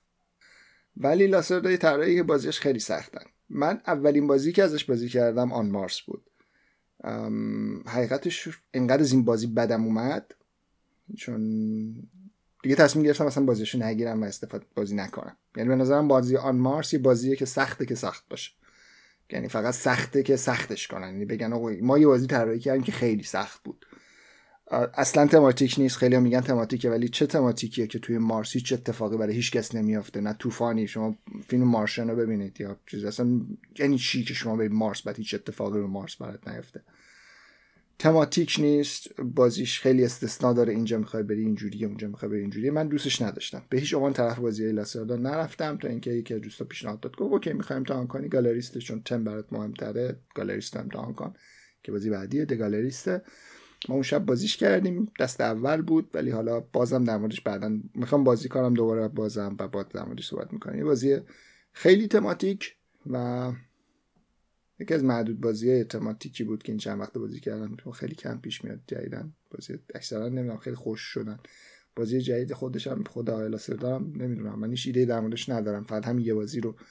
ولی لاسردا یه طراحی که بازیش خیلی سختن. من اولین بازی که ازش بازی کردم آن مارس بود. حقیقتش اینقدر از این بازی بدم اومد چون دیگه تصمیم گرفتم مثلا بازیشو نگیرم و استفاده بازی نکنم. یعنی به نظرم بازی آن مارس یه بازیه که سخته که سخت باشه، یعنی فقط سخته که سختش کنن، یعنی بگن آقا ما یه بازی طراحی کردیم که خیلی سخت بود. اصلا تماتیک نیست. خیلی هم میگن تماتیکه، ولی چه تماتیکیه که توی مارس هیچ اتفاقی برای هیچ کس نمیافته، نه طوفانی. شما فیلم مارشن رو ببینید یا چیز، اصلا یعنی چی که شما برید مارس بعد هیچ اتفاقی رو مارس برات نیافته. تماتیک نیست، بازیش خیلی استثنا داره، اینجا میخوای بری اینجوریه اونجا میخوای بری اینجوریه. من دوستش نداشتم، به هیچ عنوان طرف بازی لاسردا نرفتم تا اینکه یکی از دوستا پیشنهاد داد گفت اوکی میخوایم امتحان کنی گالریست، چون تم برات مهمتره گالریست امتحان کن که بازی بعدیه د گالریسته. ما اون شب بازیش کردیم، دست اول بود، ولی حالا بازم در موردش بعداً میخوام بازی کنم دوباره بازم و بعد در موردش صحبت میکنیم. یه بازی خیلی تماتیک و یکی از معدود بازی‌های تماتیکی بود که این چند وقت بازی کردم. خیلی کم پیش میاد جدیدن بازی، اکثرا نمیدونم خیلی خوش شدن. بازی جدید خودش هم خود آیلا سردارم نمیدونم، من هیچ ایده در موردش ندارم، فقط همین یه بازی رو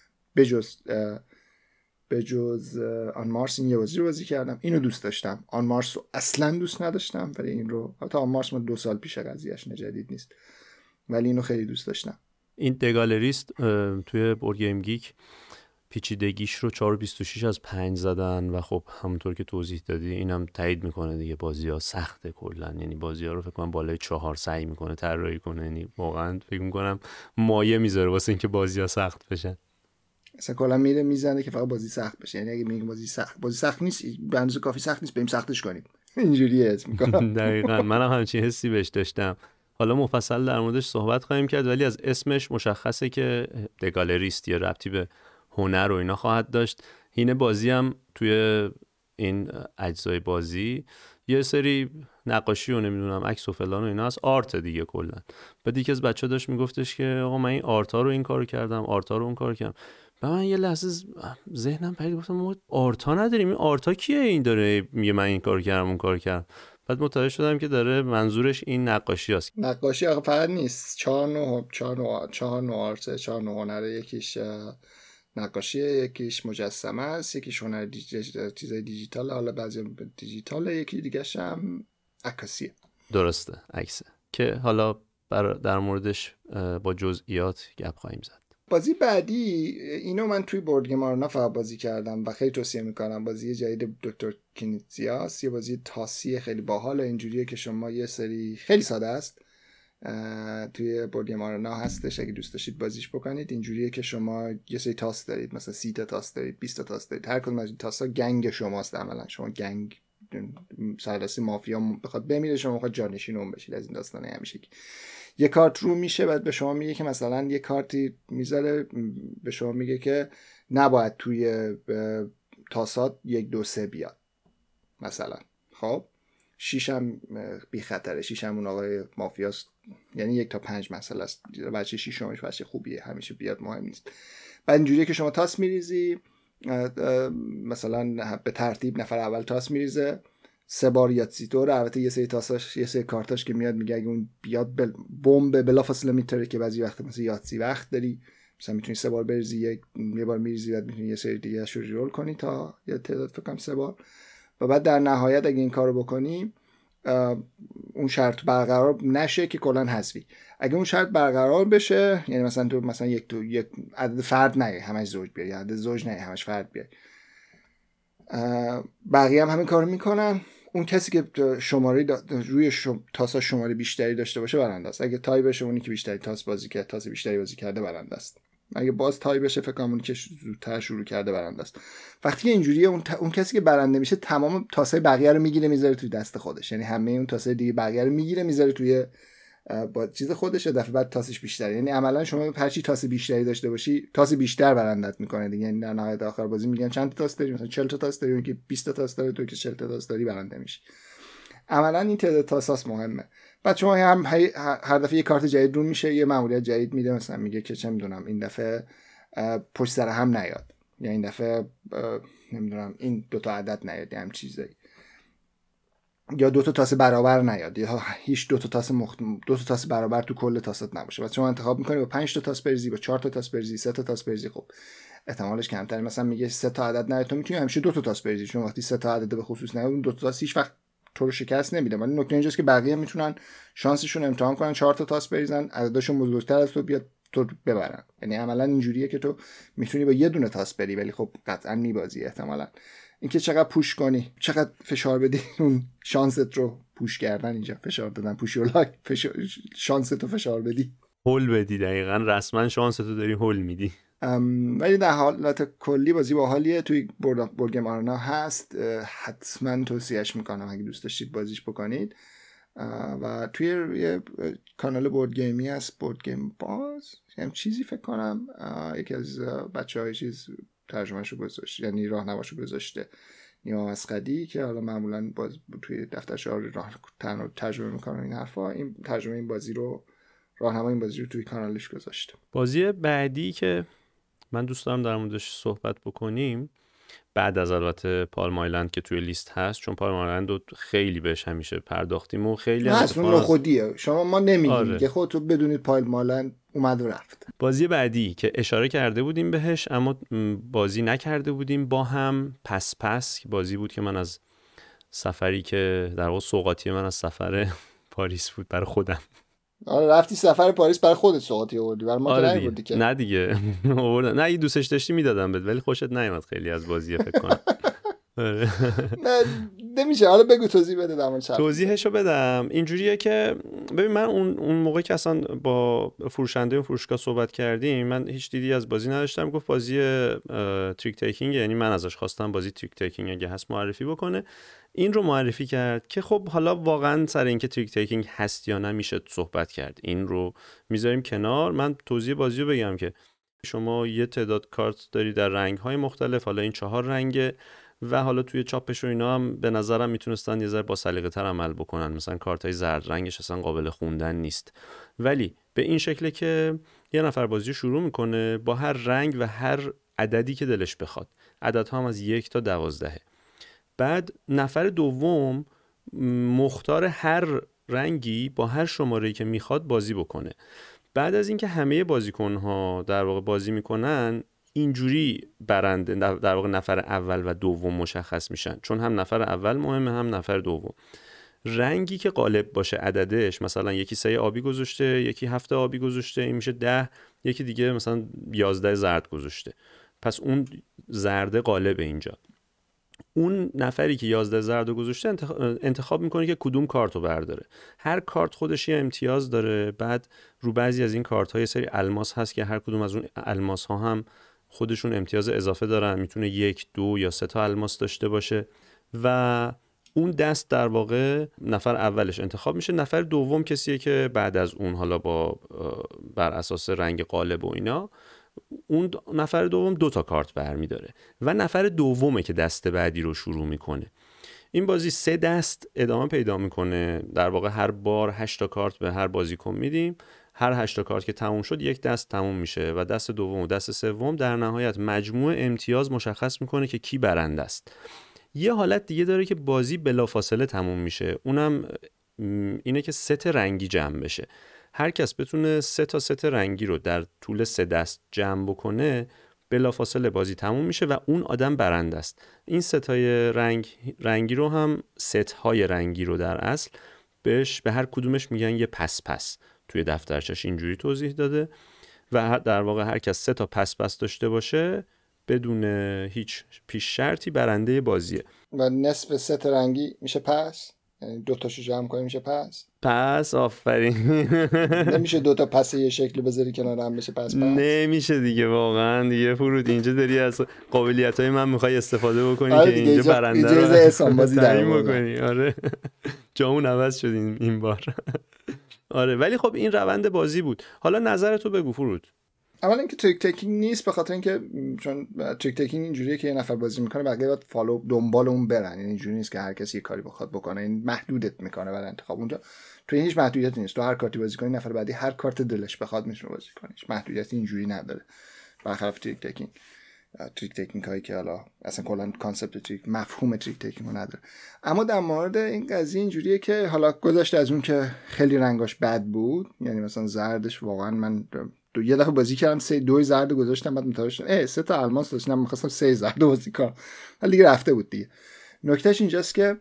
بجز آن مارس این یه بازی رو بازی کردم. اینو دوست داشتم. آن مارس رو اصلا دوست نداشتم، ولی این رو حتی آن مارس ما 2 سال پیش قضیهش، جدید نیست، ولی اینو خیلی دوست داشتم. این دگالریست توی بورد گیم گیک پیچیدگیش رو 4.26 از 5 زدن و خب همونطور که توضیح دادی اینم تایید میکنه دیگه، بازی‌ها سخته کلا، یعنی بازی‌ها رو فکر کنم بالای 4 سعی میکنه طراحی کنه، یعنی واقعا فکر میکنم مایه میذاره واسه اینکه بازی‌ها سخت بشن. اصلا کلا میره میزنه که فقط بازی سخت بشه، یعنی اگه میگیم بازی سخت نیست، به اندازه کافی سخت نیست، بریم سختش کنیم. اینجوریه حس میکنم. دقیقاً منم همچین حسی بهش داشتم. حالا مفصل در موردش صحبت خواهیم کرد، ولی از اسمش مشخصه که دگالریست یا ربطی به هنر و اینا خواهد داشت. این بازی هم توی این اجزای بازی یه سری نقاشی و نمیدونم عکس و فلان و اینا از آرت دیگه کلا. بعد یکی از بچه‌ها داشت میگفتش که آقا من این آرتا رو این کارو کردم، آرتا رو اون کارو کردم. و من یه لحظه ذهنم پرید، گفتم ما آرتا نداریم، این آرتا کیه این داره میگه من این کارو کردم اون کارو کردم. بعد متوجه شدم که داره منظورش این نقاشی است. نقاشی آخه فقط نیست، 4 نوع آرت، 4 نوع هنره. یکیش نقاشی، یکیش مجسمه است، یکیش هنر چیزای دیجیتال، حالا بعضی دیجیتاله، یکی دیگه‌ش هم عکاسیه. درسته، عکسه که حالا در موردش با جزئیات گپ خواهیم زد. بازی بعدی اینو من توی بورد گیم آرنا فقط بازی کردم و خیلی توصیه میکنم. بازی جدید دکتر کینیتزیاس، یه بازی تاسی خیلی باحال، اینجوریه که شما یه سری خیلی ساده است توی بورد گیم آرنا هستش، اگه دوست داشتید بازیش بکنید. اینجوریه که شما یه سری تاس دارید، مثلا 30 تا تاس دارید، 20 تا تاس دارید، هر کدوم از این تاسا گنگ شماست. عملا شما گنگ سرلاسی مافیا بخواد بمیره، شما بخواد جانشین اون بشید. از این داستانه همیشه یه کارت رو میشه، بعد به شما میگه که مثلا یه کارتی میذاره، به شما میگه که نباید توی تاسات 1 2 3 بیاد مثلا. خب 6 هم بی خطره، 6 هم اون آقای مافیاست، یعنی 1 تا 5 مثلا است، بچه 6 همش بچه خوبیه، همیشه بیاد مهم نیست. بعد اینجوریه که شما تاس میریزی، مثلا به ترتیب نفر اول تاس میریزه، 3 بار یاتسی طور. البته یه سری تاساش، یه سری کارتاش که میاد میگه اگه اون بیاد بمب بلافاصله میتره، که بعضی وقت مثلا یاتسی وقت داری، مثلا میتونی 3 بار بریزی، یه بار میریزی، بعد میتونی یه سری دیگه اش رو رول کنی تا یه تعداد فکر کنم 3 بار، و بعد در نهایت اگه این کارو بکنی اون شرط برقرار نشه که کلا حذفی. اگه اون شرط برقرار بشه، یعنی مثلا تو مثلا یک عدد فرد نه همش زوج بیاری، عدد زوج نه همش فرد بیاری، بقیه هم همین کارو میکنن. اون کسی که شماره روی تاسا شماره بیشتری داشته باشه برنده است. اگه تای بشه اونی که بیشتری تاس بازی کرده، تاس بیشتری بازی کرده برنده است. اگه باز تای بشه فکر کنم اونی که زودتر شروع کرده برنده است. وقتی که اینجوریه اون کسی که برنده میشه تمام تاسای بقیه رو میگیره میذاره توی دست خودش، یعنی همه اون تاسای دیگه بقیه رو میگیره میذاره توی با چیز خودش، دفعه بعد تاسش بیشتره. یعنی عملا شما هر چی تاس بیشتری داشته باشی تاس بیشتر برندت میکنه دیگه. یعنی در نهایت آخر بازی میگن چند تا تاس داری، مثلا 40 تا تاس داری، که 20 تا تاس داره، تو که 40 تا تاس داری برنده میشی. عملا این تعداد تاساس مهمه. بعد شما هر دفعه یه کارت جدید رو میشه، یه ماموریت جدید میده، مثلا میگه که چه میدونم این دفعه پشت سر هم نیاد، یا این دفعه نمیدونم این 2 تا عدد نیاد، هم چیزایی، یا 2 تا تاس برابر نیاد، یا هیچ 2 تا تاس برابر تو کل تاسات نباشه. بعد شما انتخاب میکنی با 5 تا تاس بریزی، با 4 تا تاس بریزی، 3 تا تاس بریزی. خب احتمالش کمتره. مثلا میگه 3 تا عدد نیاد، تو میتونی همیشه 2 تا تاس بریزی، چون وقتی 3 تا عدد به خصوص نیاد اون 2 تا تاس هیچ وقت تو رو شکست نمیده. ولی نکته اینجاست که بقیه میتونن شانسشون امتحان کنن 4 تا تاس بریزن، عددشون بزرگتر از تو بیاد تو ببرن. یعنی عملا اینجوریه که تو میتونی با یه دونه تاس بری، ولی خب قطعا میبازی احتمالاً. اینکه چقدر پوش کنی، چقدر فشار بدی، اون شانست رو پوش کردن، اینجا فشار دادن، پوش یور لاک، شانست رو فشار بدی، هول بدی. دقیقاً رسما شانس تو داری هول میدی. ولی در حالت کلی بازی باحالیه. توی بورد گیم آرنا هست، حتما توصیهش میکنم اگه دوست داشتید بازیش بکنید. و توی یه کانال بورد گیمی هست، بورد گیم باز هم چیزی فکر کنم، یکی از بچه‌های چیز ترجمه‌شو گذاشته، یعنی راهنماشو گذاشته، نیما مسقدی، که حالا معمولا باز توی دفترش ترجمه میکنه این حرفا. این ترجمه این بازی رو، راهنمای این بازی رو توی کانالش گذاشته. بازی بعدی که من دوست دارم در موردش صحبت بکنیم بعد از البته پالم آیلند که توی لیست هست، چون پالم آیلند رو خیلی بهش همیشه پرداختیم و خیلی هم هست اون نخودیه، شما ما نمیگیم که خودتون بدونید پالم آیلند اومد و رفت. بازی بعدی که اشاره کرده بودیم بهش اما بازی نکرده بودیم با هم، پس بازی بود که من از سفری که در واقع سوغاتی من از سفر پاریس بود برای خودم. آره رفتی سفر پاریس برای خودت سوغاتی آوردی، برای ما آره که نمی‌بردی که. نه دیگه آوردم، نه اگه دوستش داشتی میدادم بهت ولی خوشت نیومد خیلی از بازی فکر کنم. نه نمیشه، حالا بگو توضیح بده در مورد توضیحشو بدم. اینجوریه که ببین من اون موقع که اصلا با فروشنده و فروشگاه صحبت کردیم من هیچ دیدی از بازی نداشتم، گفت بازی تریک تیکینگ، یعنی من ازش خواستم بازی تریک تیکینگ اگه هست معرفی بکنه. این رو معرفی کرد که خب حالا واقعا سر اینکه تریک تیکینگ هست یا نمیشه صحبت کرد، این رو میذاریم کنار. من توضیح بازی رو بگم که شما یه تعداد کارت داری در رنگ‌های مختلف، حالا این 4 رنگه و حالا توی چاپش و اینا هم به نظرم میتونستن یه ذره با سلیقه‌تر عمل بکنن، مثلا کارتای زرد رنگش اصلا قابل خوندن نیست، ولی به این شکله که یه نفر بازی شروع میکنه با هر رنگ و هر عددی که دلش بخواد، عددها هم از 1 تا 12. بعد نفر دوم مختار هر رنگی با هر شماره‌ای که میخواد بازی بکنه. بعد از اینکه همه بازیکن‌ها در واقع بازی میکنن اینجوری برنده در واقع نفر اول و دوم مشخص میشن، چون هم نفر اول مهمه هم نفر دوم. رنگی که غالب باشه عددش، مثلا یکی 3 آبی گذاشته، یکی 7 آبی گذاشته، این میشه 10، یکی دیگه مثلا 11 زرد گذاشته، پس اون زرد غالب اینجا. اون نفری که 11 زرد رو گذاشته انتخاب میکنه که کدوم کارت رو برداره. هر کارت خودش یه امتیاز داره. بعد رو بعضی از این کارت ها یه سری الماس هست که هر کدوم از اون الماس ها هم خودشون امتیاز اضافه دارن، میتونه 1، 2 یا 3 تا الماس داشته باشه و اون دست در واقع نفر اولش انتخاب میشه. نفر دوم کسیه که بعد از اون حالا بر اساس رنگ غالب و اینا اون نفر دوم 2 تا کارت برمی‌داره و نفر دومه که دست بعدی رو شروع میکنه. این بازی 3 دست ادامه پیدا میکنه، در واقع هر بار 8 تا کارت به هر بازیکن میدیم، هر 8 تا کارت که تموم شد یک دست تموم میشه و دست دوم و دست سوم در نهایت مجموع امتیاز مشخص میکنه که کی برنده است. یه حالت دیگه داره که بازی بلافاصله تموم میشه، اونم اینه که ست رنگی جمع بشه. هر کس بتونه 3 تا ست رنگی رو در طول 3 دست جمع بکنه بلافاصله بازی تموم میشه و اون آدم برنده است. این ستای رنگی رو هم ست‌های رنگی رو در اصل به هر کدومش میگن یه پس توی دفترچش اینجوری توضیح داده و در واقع هر کس 3 تا پس داشته باشه بدون هیچ پیش شرطی برنده بازیه. و نصف ست رنگی میشه پس، یعنی 2 تاشو جمع کنی میشه پس. آفرین. نمیشه 2 تا پس یه شکل بذاری کنار هم بشه پس. نمیشه دیگه، واقعا دیگه فرود اینجا داری از قابلیت‌های من میخوای استفاده بکنی آره که اینجا برنده رو اجازه احسان بازی تعیین بکنی. آره جامون عوض شد این بار. آره ولی خب این روند بازی بود. حالا نظرتو بگو فرود. اولا اینکه تریک تیکینگ نیست، به خاطر اینکه چون تریک تیکینگ اینجوریه که یه نفر بازی میکنه بقیه باید فالو دنبال اون برن، یعنی اینجوری نیست که هر کسی یه کاری بخواد بکنه، این محدودت میکنه برای انتخاب. اونجا تو هیچ محدودیتی نیست، تو هر کارتی بازی کنی نفر بعدی هر کارت دلش بخواد میتونه بازی کنه، هیچ محدودیتی اینجوری نداره برخلاف تریک تیکینگ هایی که حالا اصلا کلا کانسپت مفهوم تریک تیکینگ رو نداره. اما در مورد این قضیه اینجوریه که حالا گذشته از اون که خیلی رنگاش بد بود، یعنی مثلا زردش واقعا من یه دفعه بازی کردم 2 زرد گذاشتم بعد متوجه شدم 3 تا الماس داشتم می‌خواستم 3 زرد بازی کنم، ولی دیگه رفته بود دیگه. نکتهش اینجاست که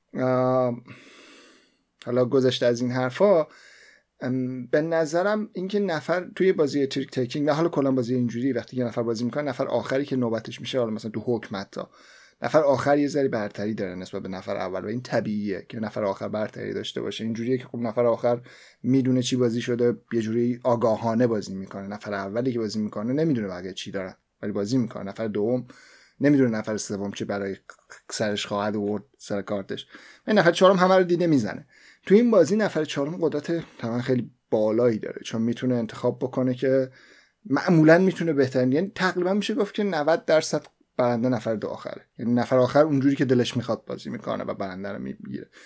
حالا گذشته از این حرفا، به نظرم اینکه نفر توی بازی تریک تیکینگ و حالا کلا بازی اینجوری وقتی یه نفر بازی میکنه، نفر آخری که نوبتش میشه، حالا مثلا تو حکم حتی نفر آخر یه ذره برتری داره نسبت به نفر اول و این طبیعیه که نفر آخر برتری داشته باشه. اینجوریه که خب نفر آخر میدونه چی بازی شده، یه جوری آگاهانه بازی میکنه. نفر اولی که بازی میکنه نمیدونه بقیه چی دارن ولی بازی میکنه. نفر دوم نمیدونه نفر سوم چی برای سرش خواهد آورد سر کارتش. و نفر چهارم همه رو دیده میزنه. تو این بازی نفر چهارم قدرت تقریبا خیلی بالایی داره، چون میتونه انتخاب بکنه که معمولا میتونه بهترین، یعنی تقریبا میشه گفت که 90% برنده نفر دو آخره، یعنی نفر آخر اونجوری که دلش میخواد بازی میکنه و برنده رو میگیره.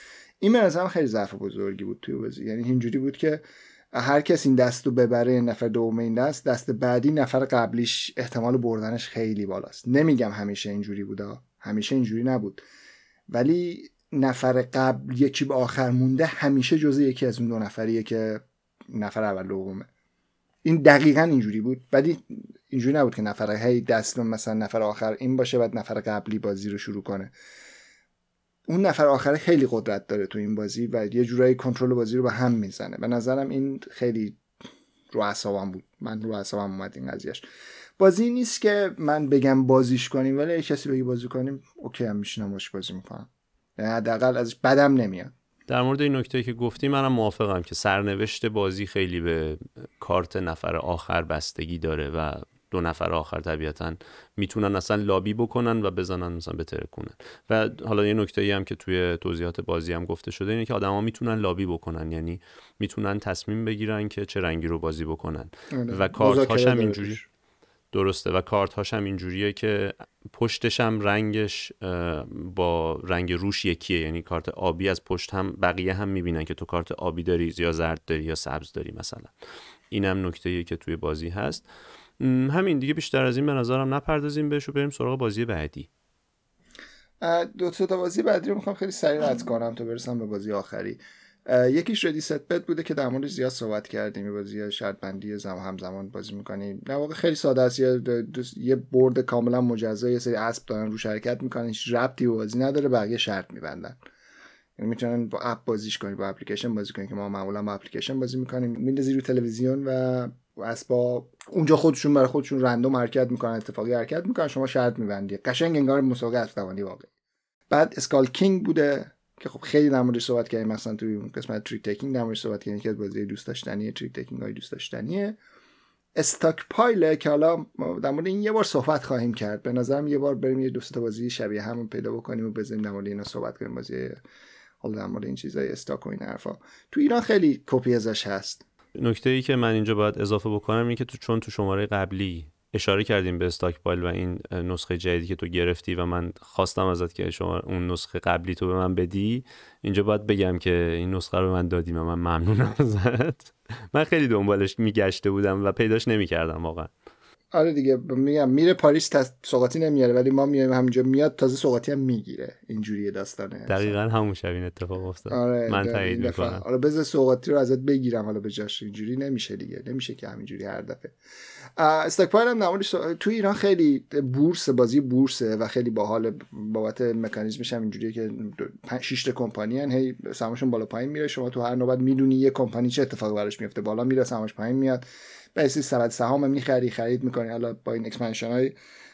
این به نظرم خیلی ضعف بزرگی بود توی بازی. یعنی اینجوری بود که هر کس این دستو ببره، نفر دوم این دست بعدی نفر قبلیش احتمال بردنش خیلی بالاست. نمیگم همیشه اینجوری بوده، همیشه اینجوری نبود، ولی نفر قبل یکی به آخر مونده همیشه جزء یکی از اون دو نفریه که نفر اول دومه. این دقیقاً اینجوری بود، ولی اینجوری نبود که نفر هی دست مثلا نفر آخر این باشه بعد نفر قبلی بازی رو شروع کنه. اون نفر آخر خیلی قدرت داره تو این بازی و یه جورایی کنترل بازی رو به هم میزنه. به نظرم این خیلی رو اعصابم بود. من رو اعصابم اومد این قضیهش. بازی نیست که من بگم بازیش کنیم، ولی کسی بگه بازی کنیم اوکی هم میشینم باش بازی میکنم، یعنی حداقل ازش بدم نمیاد. در مورد این نکته که گفتی منم موافقم که سرنوشت بازی خیلی به کارت نفر آخر بستگی داره و دو نفر آخر طبیعتاً میتونن اصلا لابی بکنن و بزنن مثلا بترکونن. و حالا یه نکته‌ای هم که توی توضیحات بازی هم گفته شده اینه که آدما میتونن لابی بکنن، یعنی میتونن تصمیم بگیرن که چه رنگی رو بازی بکنن و کارت هاش هم اینجوری درسته و کارت هاش هم اینجوریه که پشتش هم رنگش با رنگ روش یکیه، یعنی کارت آبی از پشت هم بقیه هم میبینن که تو کارت آبی داری یا زرد داری یا سبز داری مثلا. اینم نکته‌ایه که توی بازی هست. همین دیگه، بیشتر از این به نظرم نپردازیم بهش و بریم سراغ بازی بعدی. دو تا بازی بعدی رو میخوام خیلی سریع رد کنم تا برسم به بازی آخری. یکیش ردی ست بت بوده که در موردش زیاد صحبت کردیم. بازی شرط بندی همزمان بازی میکنیم. در واقع خیلی ساده است، یه بورد کاملا مجزا، یه سری اسب دارن روش حرکت میکنن، هیچ ربطی به بازی نداره، بقیه شرط میبندن. یعنی میتونن با اپ بازیش کنید، با اپلیکیشن بازی کنید که ما معمولا با اپلیکیشن بازی میکنیم. میندازی رو تلویزیون و اسبا اونجا خودشون برای خودشون رندوم حرکت میکنن، اتفاقی حرکت میکنن، شما شرط میبندی. قشنگ انگار مسابقه اسب‌دوانی واقعی. بعد اسکال کینگ بوده که خب خیلی در موردش صحبت کردیم، مثلا توی قسمت تریک تیکینگ در موردش صحبت کردیم که بازی دوست داشتنیه، تریک تیکینگ های دوست داشتنیه. استاک پایل که حالا در مورد این یه بار صحبت خواهیم کرد. به نظرم یه بار بریم یه دو تا بازی شبیه همون پیدا بکنیم و بزنیم در مورد اینا صحبت کنیم. بازی حالا در مورد این چیزای استاک و این حرفا تو ایران خیلی کپی ازش هست. نکته‌ای که من اینجا باید اضافه بکنم اینه که چون تو شماره قبلی اشاره کردیم به استاک پایل و این نسخه جدیدی که تو گرفتی و من خواستم ازت که شما اون نسخه قبلی تو به من بدی، اینجا باید بگم که این نسخه رو به من دادی و من ممنونم ازت. من خیلی دنبالش میگشته بودم و پیداش نمی‌کردم واقعا. آره دیگه، میگم میره پاریس سوغاتی نمیاره، ولی ما میایم همینجا میاد تازه سوغاتی هم میگیره. اینجوریه داستانه. دقیقاً همون شب این اتفاق افتاد. آره من تایید میکنم. حالا بذار سوغاتی رو ازت بگیرم حالا به جاش. اینجوری نمیشه دیگه، نمیشه که همینجوری هر دفعه. استاک پایل هم نمونش تو ایران خیلی بازی بورسه و خیلی باحال. بابت مکانیزمش هم اینجوریه که 6 تا کمپانی ان، هی سهامشون بالا پایین میره. شما تو هر نوبت میدونی یه کمپانی چه اتفاقی براش میفته، بالا میره سهامش پایین میاد. بس سبد سهام خرید میکنی. حالا با این اکسپنشن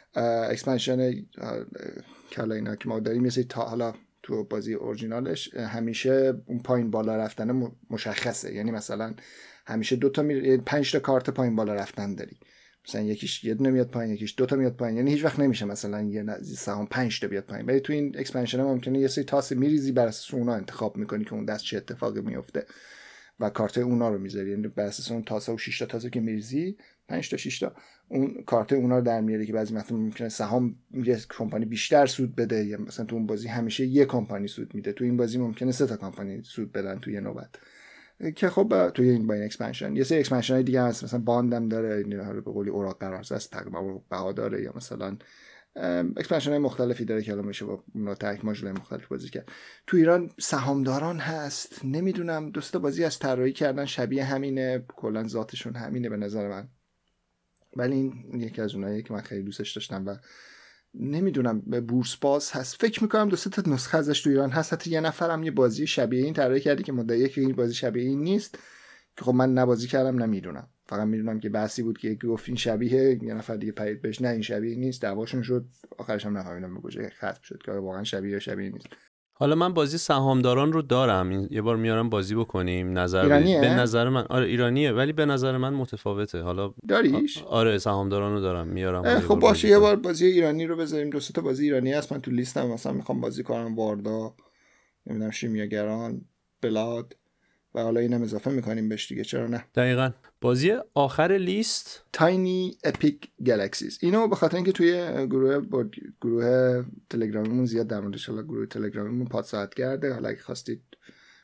که حالا اینا که ما داریم مثل تا حالا تو بازی اورجینالش همیشه اون پایین بالا رفتن مشخصه. یعنی مثلا همیشه 5 تا کارت پایین بالا رفتن داری، مثلا یکیش یه دونه میاد پایین، یکیش 2 تا میاد پایین. یعنی هیچ وقت نمیشه مثلا یه سهام 5 تا بیاد پایین. ولی تو این اکسپنشن ممکنه یه سری تاس میریزی، بر اساس اونها انتخاب میکنی که اون دست چه اتفاقی میفته و کارت اونا رو میذاری. یعنی بر اساس اون تاسا و 6 تا تاسا که میریزی، 5 تا 6 تا اون کارت اونا رو در میاری که بعضی وقتا ممکنه سهام یه کمپانی بیشتر سود بده، یا مثلا تو اون بازی همیشه یه کمپانی سود میده، تو این بازی ممکنه 3 تا کمپانی سود بدن توی نوبت. که خب توی این با این اکسپنشن یه سری اکسپنشن های دیگه هست، مثلا باندم داره، این حالا به قولی اوراق قرارداد است، تقریبا بها داره، یا مثلا اکسپنشن های مختلفی داره که حالا میشه با اون تک ماژول مختلف بازی کرد. تو ایران سهامداران هست، نمیدونم دوستا بازی از طراحی کردن شبیه همینه، کلا ذاتشون همینه به نظر من. ولی این یکی از اوناییه که من خیلی دوستش داشتم و نمیدونم به بورس باز هست. فکر میکنم دو سه تا نسخه ازش تو ایران هست. حتی یه نفرم یه بازی شبیه این طراحی کردی که مدعیه که این بازی شبیه این نیست، که خب من نبازی کردم نمیدونم. فقط میدونم که بحثی بود که یکی گفت این شبیه، یه نفر دیگه پرید بهش نه این شبیه نیست، دعواشون شد، آخرش هم نفهمیدم به کجا ختم شد که واقعا شبیه یا شبیه نیست. حالا من بازی سهامداران رو دارم، یه بار میارم بازی بکنیم. ایرانیه؟ به نظر من آره ایرانیه، ولی به نظر من متفاوته. حالا داریش؟ آره سهامداران رو دارم، میارم. خب باشه یه بار بازی ایرانی رو بذاریم. دو سه تا بازی ایرانی هست من تو لیستم، مثلا میخوام بازی کنم واردا، نمیدونم شیمیاگران، بلاد، و حالا اینم اضافه میکنیم بهش دیگه، چرا نه. دقیقاً. بازی آخر لیست تاینی اپیک گالاکسیز، اینو به خاطر اینکه توی گروه تلگرامیمون زیاد در موردش، حالا گروه تلگرامیمون پادساعت کرده، حالا اگه خواستید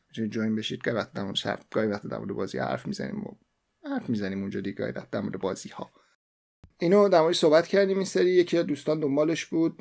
میتونید جوین بشید. گاهی وقت در مورد بازی حرف میزنیم اونجا دیگه، گاهی وقت در مورد بازی ها. اینو در موردش صحبت کردیم این سری. یکی از دوستان دنبالش بود،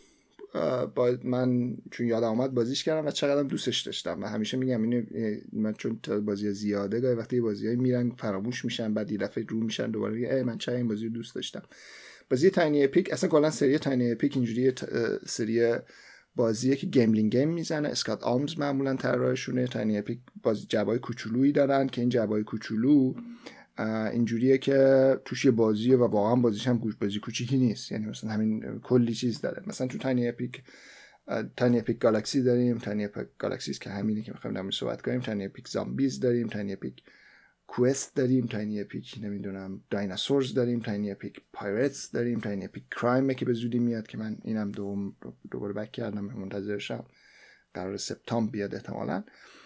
من چون یادم اومد بازیش کردم و چقدرم دوستش داشتم و همیشه میگم اینو من چون بازی زیاده گاهی وقتی بازیای میرن فراموش میشن، بعد یه دفعه رو میشن دوباره میگم من چرا این بازی رو دوست داشتم. بازی تاینی اپیک اصلا کلا سری تاینی اپیک اینجوری سری بازیه که گیملینگ گیم میزنه. اسکات آلمز معمولا طراحشونه. تاینی اپیک بازی جبای کوچولویی دارن که این جبای کوچولو اینجوریه که توش یه بازیه و واقعا بازیش هم بازی کوچیکی نیست، یعنی مثلا همین کلی چیز داره. مثلا تو تاینی اپیک گالاکسی داریم، تاینی اپیک گالاکسیز که همینه که می‌خوایم درموردش صحبت کنیم. تاینی اپیک زامبیز داریم، تاینی اپیک کوست داریم، تاینی اپیک نمیدونم دایناسورز داریم، تاینی اپیک پایرتس داریم، تاینی اپیک کرایم که به زودی میاد که من اینم دوباره بک کردم، منتظرشم، قرار سپتامبر بیاد احتمالاً.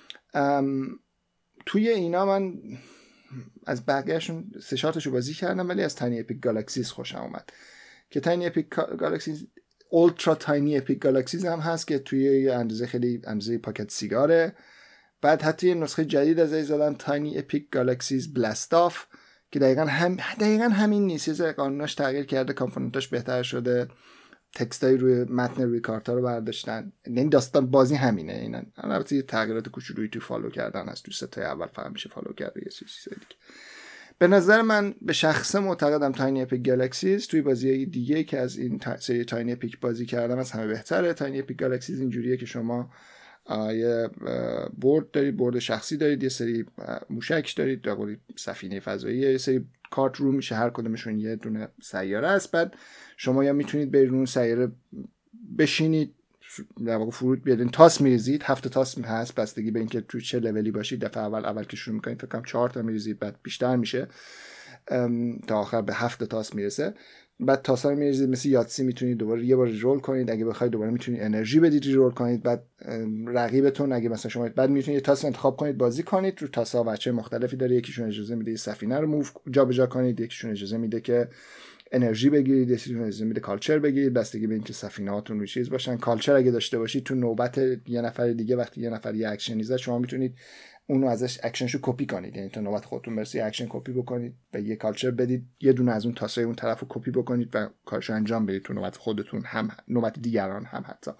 توی اینا من از بقیه‌شون 3-4 تاشو بازی کردم، ولی از تاینی اپیک گالاکسیز خوشم اومد که تاینی اپیک گالاکسیز اولترا تاینی اپیک گالاکسیز هم هست که توی اندازه خیلی اندازه پاکت سیگاره. بعد حتی یه نسخه جدید از این زدن تاینی اپیک گالاکسیز بلاست آف که دقیقاً همین نیست، یه ذره قانوناش تغییر کرده، کامپوننتاش بهتر شده، تکستای روی متن روی کارتا رو برداشتن، یعنی داستان بازی همینه. اینا البته تغییرات کوچولویی تو فالو کردن از تو ستای اول فهم میشه فالو کرده یه چیزای دیگه. به نظر من به شخصه معتقدم تاینی اپیک گالاکسیز توی بازی دیگه که از این سری تاینی اپیک بازی کردم از همه بهتره. تاینی اپیک گالاکسیز اینجوریه که شما یه بورد دارید، بورد شخصی دارید، یه سری موشک دارید، در واقع سفینه فضایی، یه سری کارت رو میشه، هر کدومشون یه دونه سیاره است. بعد شما یا میتونید برید اون سیاره بشینید، در واقع فرود بیادین، تاس میریزید، 7 تاس هست بستگی به اینکه تو چه لولی باشید. دفعه اول که شروع میکنید فکر کنم 4 تا میریزید، بعد بیشتر میشه تا آخر به 7 تاس میرسه. بعد تاسا رو میریزید، مثل یاتسی میتونید دوباره یه بار رول کنید، اگه بخواید دوباره میتونید انرژی بدید رول کنید. بعد رقیبتون اگه مثلا شما بعد میتونید یه تاس انتخاب کنید بازی کنید. رو تاسا بچه مختلفی داره، یکیشون اجازه میده سفینه رو موو جابجا کنید، یکیشون اجازه میده که انرژی بگیرید، یکیشون اجازه میده کالچر بگیرید، بستگی به اینکه سفینه‌هاتون رو چیز باشن. کالچر اگه داشته باشید تو نوبت یه نفر دیگه وقتی یه نفر یه اکشنی زد شما میتونید اونو ازش اکشنشو کپی کنید، یعنی تا نوبت خودتون برسه اکشن کپی بکنید و یه کالچر بدید، یه دونه از اون تاسای اون طرفو کپی بکنید و کارشو انجام بدید تو نوبت خودتون، هم نوبت دیگران هم حتی.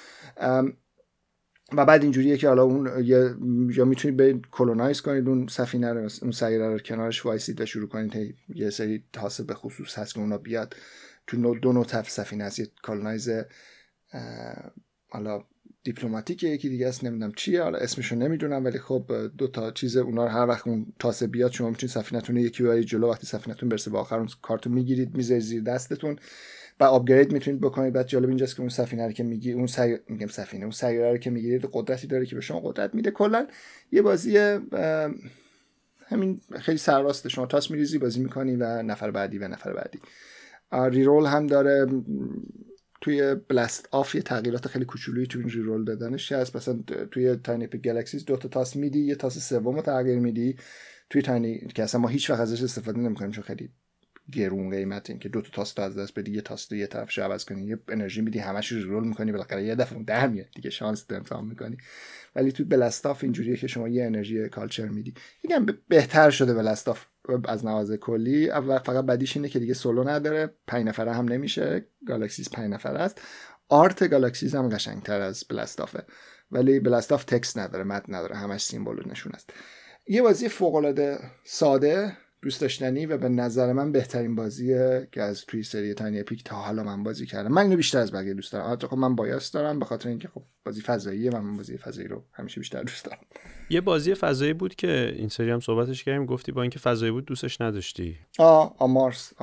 و بعد اینجوریه که حالا اون یا میتونید برید کلونایز کنید اون سفینه رو، اون سیاره رو کنارش وایسید و شروع کنید یه سری تاس به خصوص هست که اونا بیاد تو دو نوع سفینه هست، یه کلونایز حالا دیپلماتیکه، یکی دیگه است نمیدونم چیه، حالا اسمشو نمیدونم، ولی خب دو تا چیز اونا رو هر وقت اون تاسه بیاد شما میتونید سفینه‌تون یکی ببرید جلو، وقتی سفینه‌تون برسه به آخر اون کارتو میگیرید میذارید زیر دستتون و آپگرید میتونید بکنید. بعد جالب اینجاست که اون سفینه رو که میگی اون اون سیاره رو که میگیرید قدرتی داره که به شما قدرت میده. کلا یه بازی همین خیلی سرراسته، شما تاس میریزی بازی میکنی و نفر بعدی ریرول هم داره. توی بلاست آف یه تغییرات خیلی کوچولویی تو این ریرول دادنش هست. مثلا توی تاینی اپیک گالاکسیز 2 تا تاس میدی، یه تاس سومو تغییر میدی. توی تاینی که اصلا ما هیچ وقت ازش استفاده نمی‌کنیم چون خیلی گرون قیمت این که 2 تا تاس از دست بدی، یه تاس تو یه طرفش عوض کنی، یه انرژی میدی همش رو رول می‌کنی، بالاخره یه دفعه اون در میاد دیگه، شانس امتحان می‌کنی. ولی تو بلاست آف اینجوریه که شما یه انرژی کالچر میدی. میگم بهتر شده بلاست آف از نواز کلی. اول فقط بدیش اینه که دیگه سولو نداره، 5 نفره هم نمیشه، گالاکسیز 5 نفره است. آرت گالاکسیز هم قشنگتر از بلاست آفه، ولی بلاست آف تکست نداره، متن نداره، همش سیمبل و نشون است. یه بازی فوق العاده ساده، دوست داشتنی و به نظر من بهترین بازیه که از توی سری تاینی اپیک تا حالا من بازی کردم. من اینو بیشتر از بقیه دوست دارم. البته خب من بایاس دارم به خاطر اینکه خب بازی فضاییه و من بازی فضایی رو همیشه بیشتر دوست دارم. یه بازی فضایی بود که این سری هم صحبتش کردیم، گفتی با اینکه فضایی بود دوستش نداشتی. آمارس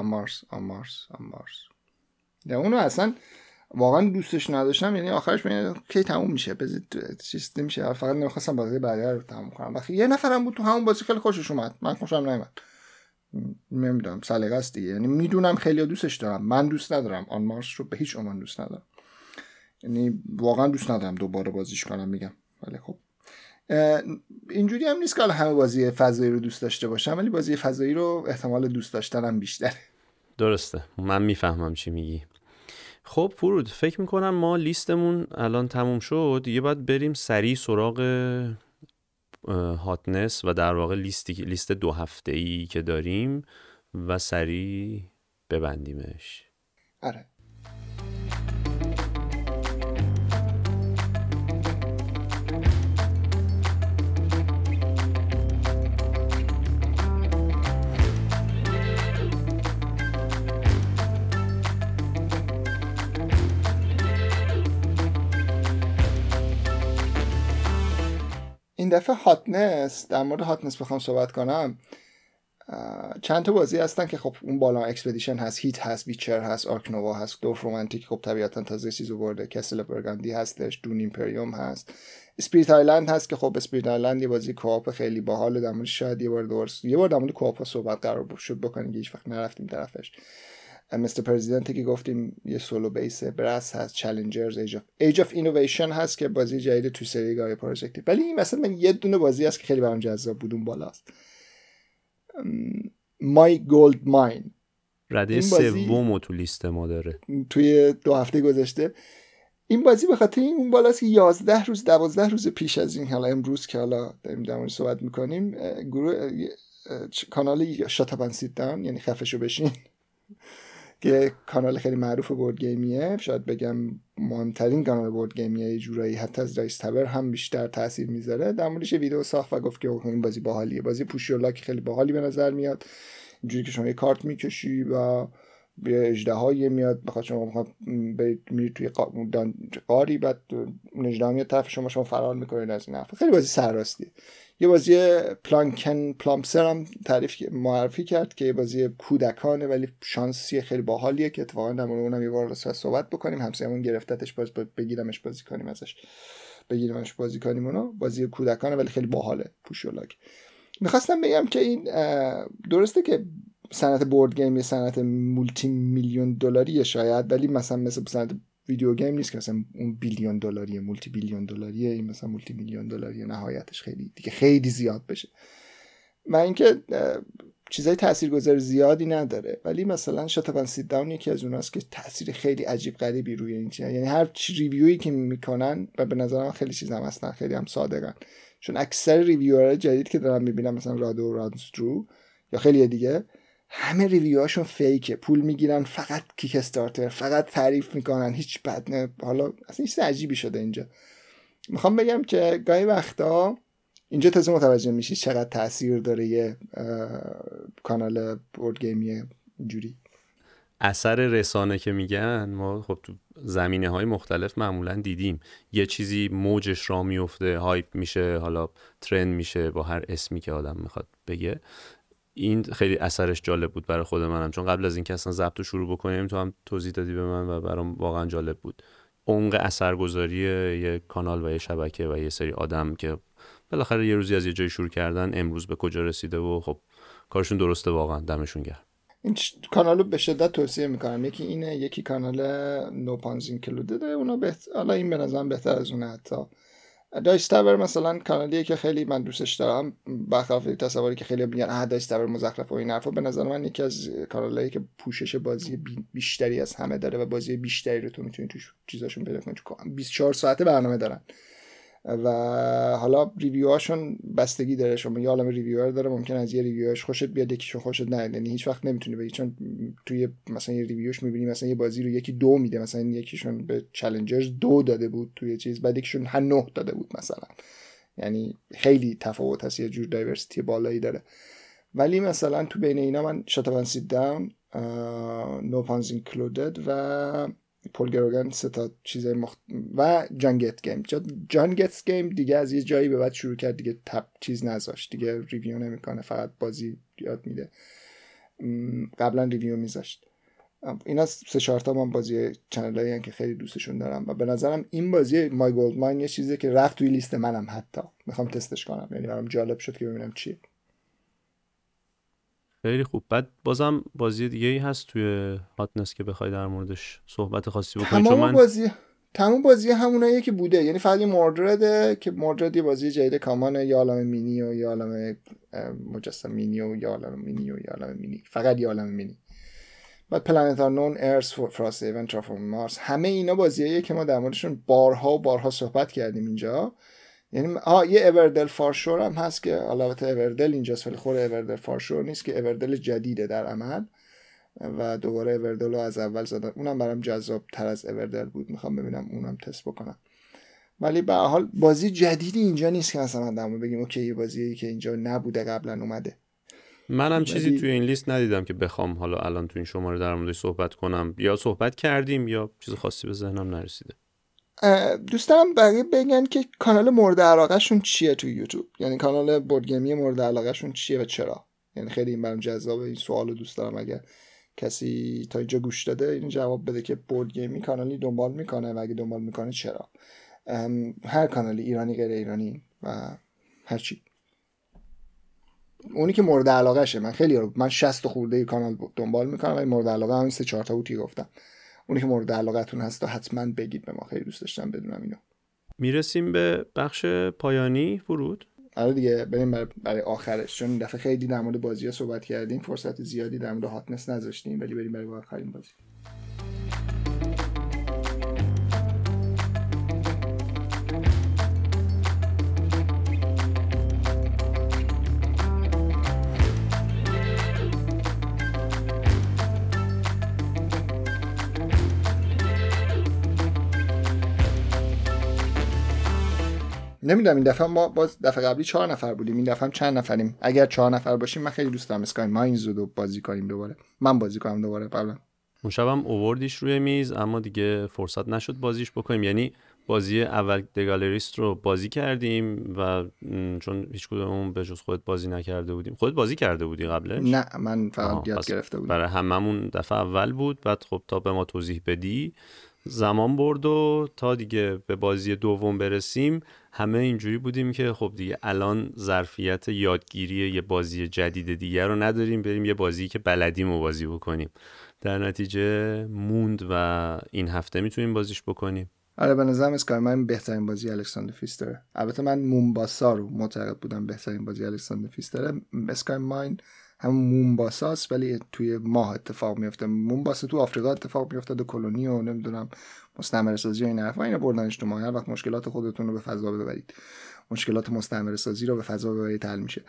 نه اونو اصلا واقعا دوستش نداشتم، یعنی آخرش کی تموم میشه چیز نمیشه، فقط نمیخواستم بازی بعدی رو تموم کنم. وقتی یه نفرم بود تو همون بازی خیلی خوشش اومد، من خوشم نیومد، نمیدونم سلیقه است دیگه. یعنی میدونم خیلی دوستش دارم، من دوست ندارم آن مارس رو به هیچ عنوان دوست ندارم، یعنی واقعا دوست ندارم دوباره بازیش کنم میگم. ولی خب اینجوری هم نیست که همه بازی فضایی رو دوست داشته باشم، ولی بازی فضایی رو احتمال دوست داشتنم بیشتره. درسته، من میفهمم چی میگی. خب فرود، فکر میکنم ما لیستمون الان تموم شد، دیگه باید بریم سریع سراغ هاتنس و در واقع لیست 2 هفته‌ای که داریم و سریع ببندیمش. آره. این دفعه هاتنس، در مورد هاتنس بخوام صحبت کنم، چند تا بازی هستن که خب اون بالا اکسپدیشن هست، هیت هست، ویچر هست، آرک نووا هست، دورف رومانتیک خب طبیعتا تازه چیزو برده، کسل برگاندی هستش، دون ایمپریوم هست، اسپریت آیلند هست که خب اسپریت آیلند یه بازی کوآپ خیلی باحال، در موردش شاید یه بار در مورد کوآپ صحبت قرار شد بکنیم که هیچ وقت نرفتیم طرفش. مستر پرزیدنت که گفتیم یه سولو بیس، برس هست، چالنجرز، ایج اف اینویشن هست که بازی جدید تو سری گای پروژکت. ولی این مثلا من یه دونه بازی هست که خیلی برام جذاب بود، اون بالاست، مای گولد ماین. رده سوم تو لیست ما داره توی 2 هفته گذشته. این بازی به خاطر این اون بالاست که 11 روز 12 روز پیش از این، حالا امروز که حالا داریم در موردش صحبت می‌کنیم، گروه کانال شات اپ اند سیت داون، یعنی خفشو بشین، که کانال خیلی معروف بورد گیمیه، شاید بگم مهمترین کانال بورد گیمیه، یه جورایی حتی از دایس تاور هم بیشتر تاثیر میذاره، در موردش ویدیو ساخت و گفت که این بازی باحالیه، بازی پوش اور لاک خیلی باحالی به نظر میاد، اینجوری که شما یه کارت میکشی و یه اژدهایی میاد، بخاطر شما میرید توی قاری، بعد اون اژدها میاد طرف شما فرار میکنید از این حرفا. خیلی بازی سرراستیه. یه بازی پلانکن پلامپسر هم معرفی کرد که یه بازی کودکانه ولی شانسی خیلی باحالیه که اتفاقا در مورد اونم یه بار صحبت بکنیم. همسایه‌مون گرفتتش، بگیرمش بازی کنیم ازش، بگیرمش بازی کنیم. اونو بازی کودکانه ولی خیلی باحاله، پوش اور لاک. میخواستم بگم که این درسته که صنعت بورد گیم یه صنعت مولتی میلیون دلاریه شاید، ولی مثلا صنعت ویدیو گیم نیست که مثلا اون بیلیون دلاریه، مولتی بیلیون دلاریه، این مثلا مولتی میلیون دلاریه نهایتش خیلی دیگه خیلی زیاد بشه و اینکه چیزای تاثیرگذار زیادی نداره. ولی مثلا شات اپ اند سیت داون یکی از اوناست که تاثیر خیلی عجیب غریبی روی این چیزا، یعنی هر ریویویی که میکنن و به نظر من خیلی چیزا هستن، خیلی هم صادقن، چون اکثر ریویورهای جدید که دارم میبینم مثلا رادو رادسترو یا خیلی دیگه، همه ریویوهاشون فیکه، پول میگیرن فقط کیک استارتر، فقط تعریف میکنن، هیچ بد نه. حالا اصلا چیز عجیبی شده اینجا. میخوام بگم که گاهی وقتا اینجا تازه متوجه میشی چقدر تاثیر داره یه کانال بورد گیمی اینجوری. اثر رسانه که میگن، ما خب تو زمینه‌های مختلف معمولا دیدیم، یه چیزی موجش را میفته، هایپ میشه، حالا ترند میشه با هر اسمی که آدم میخواد بگه. این خیلی اثرش جالب بود برای خود منم، چون قبل از اینکه اصلا ضبط رو شروع بکنیم تو هم توضیح دادی به من و برام واقعا جالب بود عمق اثرگذاری یه کانال و یه شبکه و یه سری آدم که بالاخره یه روزی از یه جای شروع کردن، امروز به کجا رسیده و خب کارشون درسته، واقعا دمشون گرم. این کانالو به شدت توصیه میکنم. یکی اینه، یکی کانال نو پانز اینکلودد، اونا حالا این به نظرم بهتر از اونه. حتی دایس تاور مثلا کانالیه که خیلی من دوستش دارم، برخلاف تصوری که خیلی میگن دایس تاور مزخرف و این حرفا، به نظر من یکی از کانالایی که پوشش بازی بیشتری از همه داره و بازی بیشتری رو تو میتونی توش چیزاشون پیدا کنی، 24 ساعته برنامه دارن و حالا ریویوهاشون بستگی داره. شما یه عالمه ریویور داره، ممکن از یه ریویوش خوشت بیاد، یکیشون خوشت نیاد، یعنی هیچ وقت نمیتونی بگی، چون توی مثلا یه ریویوش میبینی مثلا یه بازی رو یکی 2 میده، مثلا یکیشون به چالنجرز 2 داده بود توی چیز، بعد یکیشون 9 داده بود مثلا، یعنی خیلی تفاوت هست، یه جور دایورسیتی بالایی داره. ولی مثلا تو بین اینا من شات اپ اند سیت داون، نو پانز اینکلودد و پول گروگان سه تا چیزای و جان گت گیم. جان گت گیم دیگه از یه جایی به بعد شروع کرد دیگه چیز نذاشت دیگه، ریویو نمیکنه، فقط بازی یاد میده. قبلا ریویو میذاشت. اینا 3-4 تا من بازی چنلایی هستن که خیلی دوستشون دارم و به نظرم این بازی مای گولد ماین یه چیزی که رفت توی لیست منم، حتی میخوام تستش کنم، یعنی برام جالب شد که ببینم چیه. خیلی خوب. بعد بازم بازی دیگه ای هست توی هاتنس که بخوای در موردش صحبت خاصی بکنی؟ چون من تمام بازی هموناییه که بوده، یعنی فقط یه موردرده که موردرد یه بازی جدید کامانه، یا عالم مینی و یا عالم مجسم مینی و یا عالم مینی و یا عالم مینی، فقط یه عالم مینی. بعد پلنت آنون، ارث، فراست هیون، ترافورم مارس، همه اینا بازیاییه که ما در موردشون بارها و بارها صحبت کردیم اینجا یعنی یه اوردل فارشور هم هست که البته اوردل اینجاست ولی خود اوردل فارشور نیست، که اوردل جدیده در عمل و دوباره اوردل رو از اول زدن. اونم برام جذاب تر از اوردل بود، میخوام ببینم اونم تست بکنم. ولی به هر حال بازی جدیدی اینجا نیست که مثلا دامو بگیم اوکی یه بازیه که اینجا نبوده قبلا اومده. منم چیزی توی این لیست ندیدم که بخوام حالا الان تو این شماره در موردش صحبت کنم. یا صحبت کردیم یا چیز خاصی به ذهنم نرسیده. دوست دارم بقیه بگن که کانال مورد علاقه شون چیه تو یوتیوب، یعنی کانال بورد گیمی مورد علاقه شون چیه و چرا. یعنی خیلی این برام جذابه، این سوالو دوست دارم اگه کسی تا اینجا گوش داده این جواب بده که بورد گیمی کانالی دنبال میکنه و اگه دنبال میکنه چرا. هر کانالی، ایرانی غیر ایرانی و هر چی، اونی که مورد علاقه شه. من 60 خورده کانال دنبال میکنم و مورد علاقه همین 3-4 تا اوتی گفتم. اونی که مورد علاقتون هست حتما بگید به ما، خیلی دوست داشتم بدونم اینو. میرسیم به بخش پایانی ورود. آره دیگه، بریم برای آخرش، چون این دفعه خیلی در مورد بازی‌ها صحبت کردیم، فرصت زیادی در مورد هاتنس نذاشتیم، ولی بریم برای آخرین بازی. نمیدونم این دفعه ما باز دفعه قبلی 4 نفر بودیم، این دفعه هم چند نفریم؟ اگر 4 نفر باشیم من خیلی دوست دارم اسکای ماینز رو بازی کنیم دوباره. من بازی کنم دوباره. قبلا اون شبم اووردیش روی میز اما دیگه فرصت نشد بازیش بکنیم. یعنی بازی اول دگالریست رو بازی کردیم و چون هیچ کدوممون به جز خودت بازی نکرده بودیم. خودت بازی کرده بودی قبلش؟ نه، من فقط یاد گرفته بودم. برای هممون دفعه اول بود. بعد خب تا به ما توضیح بدی زمان برد و تا دیگه به بازی دوم برسیم همه اینجوری بودیم که خب دیگه الان ظرفیت یادگیری یه بازی جدید دیگه رو نداریم، بریم یه بازی که بلدیم رو بازی بکنیم. در نتیجه موند و این هفته میتونیم بازیش بکنیم. آره به نظرم اسکای ماین بهترین بازی الکساندر فیستره. البته من مونباسا رو معتقد بودم بهترین بازی الکساندر فیستره. اسکای ماین هم مونباساست ولی توی ماه اتفاق میفته. مونباسا تو آفریقا اتفاق میفته، دو کلونی و نمیدونم مستعمره سازی و این حرفا، اینا بردنش تو ماه. هر وقت مشکلات خودتون رو به فضا ببرید، مشکلات مستعمره سازی رو به فضا ببرید حل میشه.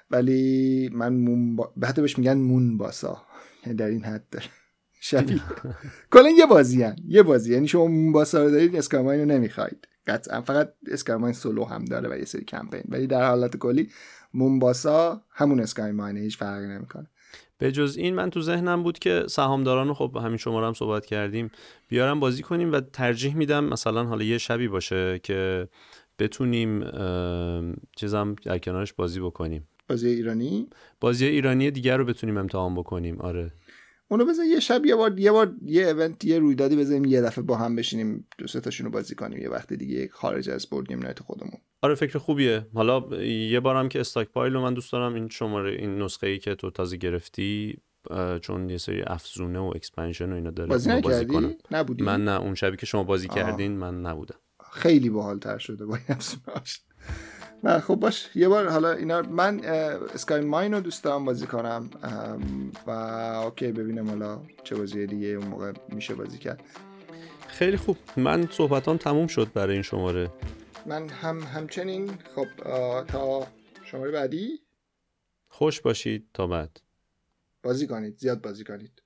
ولی من حتی بهش میگن مونباسا، یعنی در این حد داره شبیه کلا یه بازی یعنی شما مونباسا رو دارید اسکای ماین رو نمیخواید قطعا، فقط اسکای ماین سولو هم داره و یه سری کمپین، ولی در حالت کلی مونباسا همون اسکای ماینه، هیچ فرقی نمیکنه. به جز این من تو ذهنم بود که سهامداران خب همین شما هم صحبت کردیم بیارم بازی کنیم و ترجیح میدم مثلا حالا یه شبی باشه که بتونیم چیزام در کنارش بازی بکنیم. بازی ایرانی دیگر رو بتونیم امتحان بکنیم. آره اونو بذار یه شب یه بار یه ایونت، یه رویدادی بذاریم یه دفعه با هم بشینیم 2-3 تاشونو بازی کنیم یه وقت دیگه خارج از بورد گیم نایت خودمون. آره فکر خوبیه. حالا یه بارم که استاک پایل رو من دوست دارم این شماره این نسخه‌ای که تو تازه گرفتی، چون یه سری افزونه و اکسپنشن و اینا داره بازی کنم. نبودی؟ من نه، اون شبی که شما بازی کردین من نبودم. خیلی باحال‌تر شده با این افزونه‌اش. نه خب باش یه بار حالا اینا من اسکای ماین رو دوست دارم بازی کنم و اوکی ببینم حالا چه بازی دیگه اون موقع میشه بازی کرد. خیلی خوب، من صحبتام تموم شد برای این شماره. من همچنین. خب تا شماره بعدی خوش باشید، تا بعد. بازی کنید، زیاد بازی کنید.